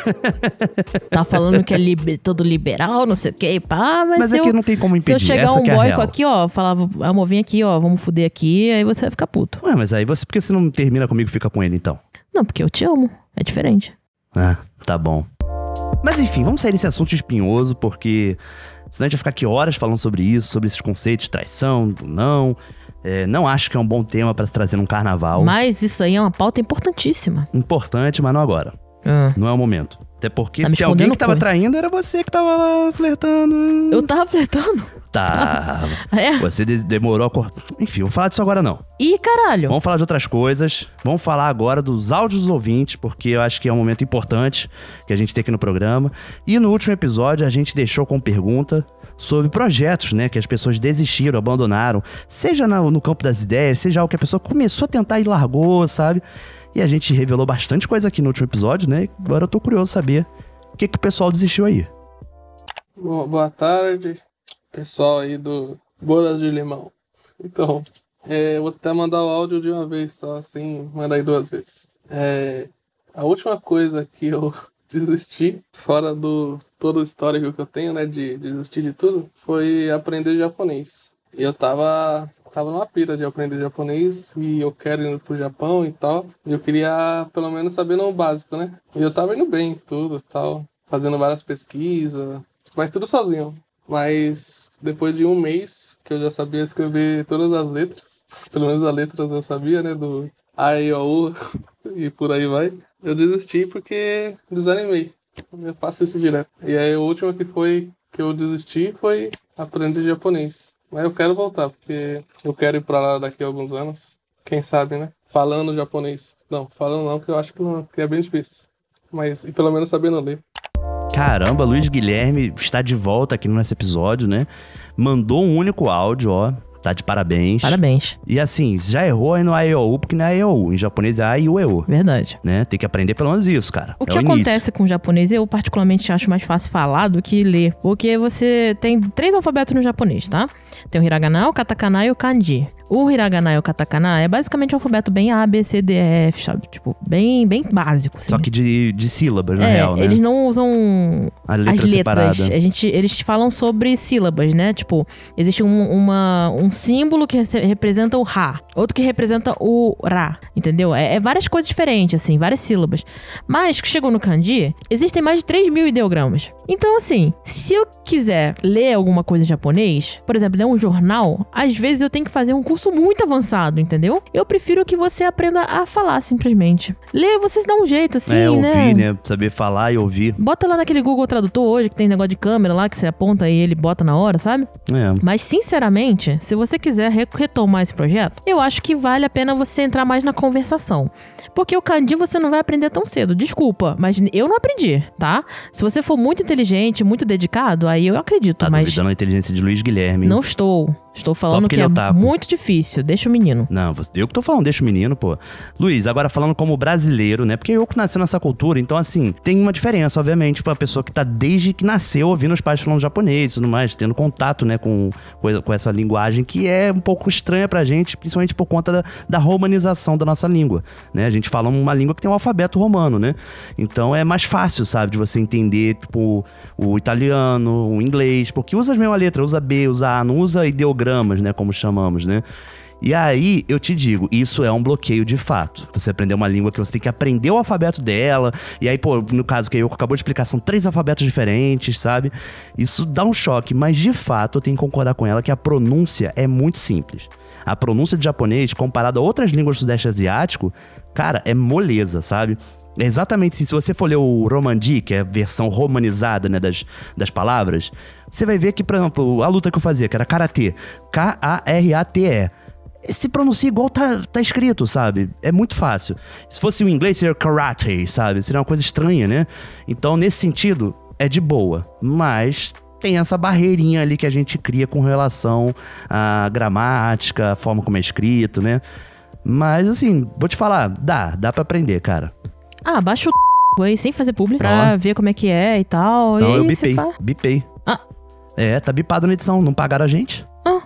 Tá falando que é todo liberal, não sei o que, pá, mas aqui não tem como impedir. Se eu chegar um boico aqui, ó, falava, amor, vem aqui, ó, vamos fuder aqui, aí você vai ficar puto. Ué, mas aí por que você não termina comigo e fica com ele, então? Não, porque eu te amo. É diferente. Ah, tá bom. Mas enfim, vamos sair desse assunto espinhoso, porque senão a gente vai ficar aqui horas falando sobre isso, sobre esses conceitos de traição, não. Não acho que é um bom tema pra se trazer num carnaval. Mas isso aí é uma pauta importantíssima. Importante, mas não agora. Não é o momento. Até porque se alguém que tava traindo, era você que tava lá flertando. Eu tava flertando? Tava. Você demorou a... Enfim, vou falar disso agora não. Ih, caralho. Vamos falar de outras coisas. Vamos falar agora dos áudios dos ouvintes, porque eu acho que é um momento importante que a gente tem aqui no programa. E no último episódio a gente deixou com pergunta sobre projetos, né, que as pessoas desistiram, abandonaram. Seja no campo das ideias, seja algo que a pessoa começou a tentar e largou, sabe? E a gente revelou bastante coisa aqui no último episódio, né? Agora eu tô curioso saber o que o pessoal desistiu aí. Boa tarde, pessoal aí do Bodas de Limão. Então, eu vou até mandar o áudio de uma vez só, assim, manda aí 2 vezes. A última coisa que eu desisti, fora do todo o histórico que eu tenho, né, de desistir de tudo, foi aprender japonês. E eu tava numa pira de aprender japonês e eu quero ir pro Japão e tal. E eu queria pelo menos saber no básico, né? E eu tava indo bem, tudo e tal, fazendo várias pesquisas, mas tudo sozinho. Mas depois de 1 mês, que eu já sabia escrever todas as letras, pelo menos as letras eu sabia, né, do A, E, O, U e por aí vai, eu desisti porque desanimei. Eu faço isso direto. E aí a última que eu desisti foi aprender japonês. Mas eu quero voltar, porque eu quero ir pra lá daqui a alguns anos. Quem sabe, né? Falando japonês. Não, falando não, porque eu acho que é bem difícil. Mas, e pelo menos sabendo ler. Caramba, Luiz Guilherme está de volta aqui nesse episódio, né? Mandou um único áudio, ó. Tá de parabéns. Parabéns. E assim, já errou aí no A-E-O-U, porque não é A-E-O-U. Em japonês é A-I-U-E-O. Verdade. Né? Tem que aprender pelo menos isso, cara. O que acontece com o japonês, eu particularmente acho mais fácil falar do que ler. Porque você tem 3 alfabetos no japonês, tá? Tem o hiragana, o katakana e o kanji. O hiragana e o katakana é basicamente um alfabeto bem A, B, C, D, E, F, sabe? Tipo, bem básico. Assim. Só que de sílabas, na real, né? Eles não usam as letras. Separada. Eles falam sobre sílabas, né? Tipo, existe um símbolo que representa o Ra, outro que representa o Ra, entendeu? É várias coisas diferentes, assim, várias sílabas. Mas, que chegou no kanji, existem mais de 3.000 ideogramas. Então, assim, se eu quiser ler alguma coisa em japonês, por exemplo, ler um jornal, às vezes eu tenho que fazer um curso muito avançado, entendeu? Eu prefiro que você aprenda a falar, simplesmente. Ler, você dá um jeito, assim, né? Ouvir, né? Saber falar e ouvir. Bota lá naquele Google Tradutor hoje, que tem negócio de câmera lá, que você aponta e ele bota na hora, sabe? Mas, sinceramente, se você quiser retomar esse projeto, eu acho que vale a pena você entrar mais na conversação. Porque o kanji você não vai aprender tão cedo. Desculpa, mas eu não aprendi, tá? Se você for muito inteligente, muito dedicado, aí eu acredito, tá mas... duvidando da inteligência de Luiz Guilherme. Não estou. Estou falando que é muito difícil. Deixa o menino. Não, eu que tô falando, deixa o menino, pô. Luiz, agora falando como brasileiro, né? Porque eu que nasci nessa cultura, então assim, tem uma diferença, obviamente, pra pessoa que tá desde que nasceu ouvindo os pais falando japonês e tudo mais, tendo contato, né, com essa linguagem que é um pouco estranha pra gente, principalmente por conta da romanização da nossa língua, né? A gente fala uma língua que tem um alfabeto romano, né? Então é mais fácil, sabe, de você entender, tipo, o italiano, o inglês, porque usa as mesmas letras, usa B, usa A, não usa ideogramas, né, como chamamos, né? E aí, eu te digo, isso é um bloqueio de fato. Você aprender uma língua que você tem que aprender o alfabeto dela, e aí, pô, no caso que eu acabou de explicar, são 3 alfabetos diferentes, sabe? Isso dá um choque, mas de fato eu tenho que concordar com ela que a pronúncia é muito simples. A pronúncia de japonês, comparada a outras línguas do sudeste asiático, cara, é moleza, sabe? É exatamente assim, se você for ler o Romanji, que é a versão romanizada, né, das palavras, você vai ver que, por exemplo, a luta que eu fazia, que era karatê, K-A-R-A-T-E, se pronuncia igual tá escrito, sabe? É muito fácil. Se fosse o inglês, seria karate, sabe? Seria uma coisa estranha, né? Então, nesse sentido, é de boa. Mas tem essa barreirinha ali que a gente cria com relação à gramática, a forma como é escrito, né? Mas, assim, vou te falar, dá pra aprender, cara. Baixa o aí, sem fazer publi, pra ver como é que é e tal. Não, e eu bipei. Bipei. Tá bipado na edição, não pagaram a gente.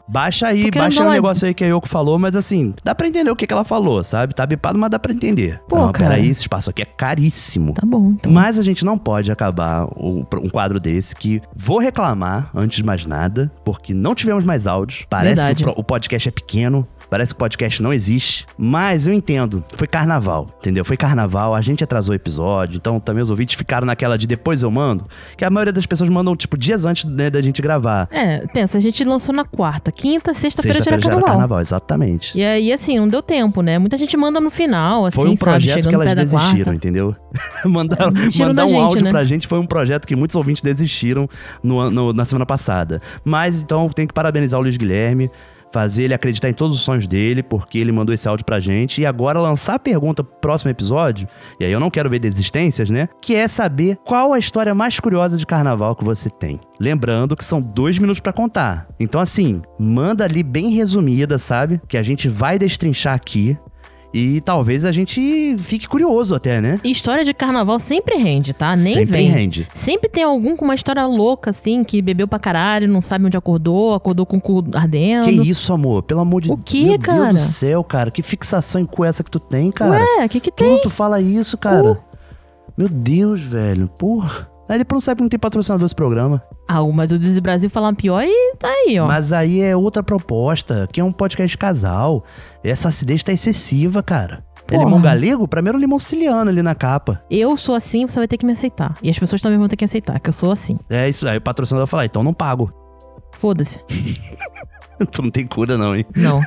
Baixa aí, baixa o negócio aí que a Yoko falou, mas assim, dá pra entender o que ela falou, sabe? Tá bipado, mas dá pra entender. Pô, não, cara. peraí, esse espaço aqui é caríssimo. Tá bom, então. Mas a gente não pode acabar um quadro desse que vou reclamar, antes de mais nada, porque não tivemos mais áudios. Parece que o podcast é pequeno. Parece que o podcast não existe, mas eu entendo. Foi carnaval, entendeu? Foi carnaval, a gente atrasou o episódio, então também os ouvintes ficaram naquela de depois eu mando, que a maioria das pessoas mandam, tipo, dias antes, né, da gente gravar. Pensa, a gente lançou na quarta, quinta, sexta-feira já era carnaval. Exatamente. E aí, assim, não deu tempo, né? Muita gente manda no final, assim, foi um projeto sabe? que elas desistiram, entendeu? Mandar um áudio, né? Pra gente foi um projeto que muitos ouvintes desistiram na semana passada. Mas, então, tem que parabenizar o Luiz Guilherme, fazer ele acreditar em todos os sonhos dele, porque ele mandou esse áudio pra gente. E agora lançar a pergunta pro próximo episódio, e aí eu não quero ver desistências, né? Que é saber qual a história mais curiosa de carnaval que você tem. Lembrando que são 2 minutos pra contar. Então assim, manda ali bem resumida, sabe? Que a gente vai destrinchar aqui. E talvez a gente fique curioso até, né? E história de carnaval sempre rende, tá? Nem sempre vem. Rende. Sempre tem algum com uma história louca, assim, que bebeu pra caralho, não sabe onde acordou com o cu ardendo. Que isso, amor? Pelo amor de Deus. O que, cara? Meu Deus do céu, cara. Que fixação em cu é essa que tu tem, cara? Ué, o que tem? Tu fala isso, cara? Meu Deus, velho. Porra. Aí depois não sabe que não tem patrocinador desse programa. Mas o Desi Brasil falar pior e tá aí, ó. Mas aí é outra proposta, que é um podcast de casal. Essa acidez tá excessiva, cara. É limão galego? Pra mim era um limão siciliano ali na capa. Eu sou assim, você vai ter que me aceitar. E as pessoas também vão ter que aceitar, que eu sou assim. É isso, aí o patrocinador vai falar, então não pago. Foda-se. Tu não tem cura não, hein? Não.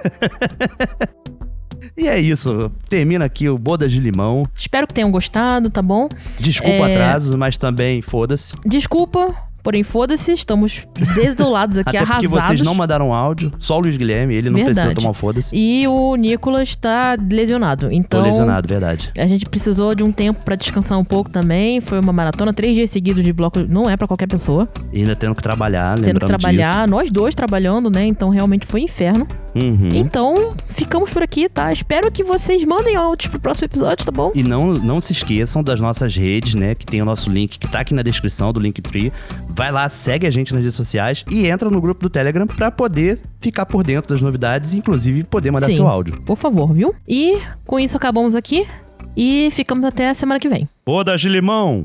E é isso, termina aqui o Bodas de Limão. Espero que tenham gostado, tá bom? Desculpa o atraso, mas também foda-se. Desculpa, porém foda-se, estamos desolados aqui, até arrasados. Porque vocês não mandaram áudio, só o Luiz Guilherme, ele não precisa tomar foda-se. E o Nicolas tá lesionado, então... Tô lesionado, verdade. A gente precisou de um tempo pra descansar um pouco também, foi uma maratona, 3 dias seguidos de bloco, não é pra qualquer pessoa. E ainda tendo que trabalhar, lembrando Tendo que trabalhar, disso. Nós dois trabalhando, né, então realmente foi inferno. Então, ficamos por aqui, tá? Espero que vocês mandem áudios pro próximo episódio, tá bom? E não se esqueçam das nossas redes, né? Que tem o nosso link, que tá aqui na descrição do Linktree. Vai lá, segue a gente nas redes sociais e entra no grupo do Telegram pra poder ficar por dentro das novidades e, inclusive, poder mandar seu áudio. Por favor, viu? E com isso acabamos aqui e ficamos até a semana que vem. Bodas de Limão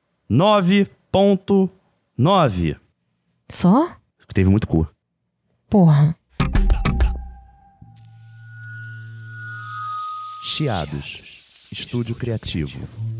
9.9. Só? Teve muito cu. Porra. Chiados. Estúdio Criativo.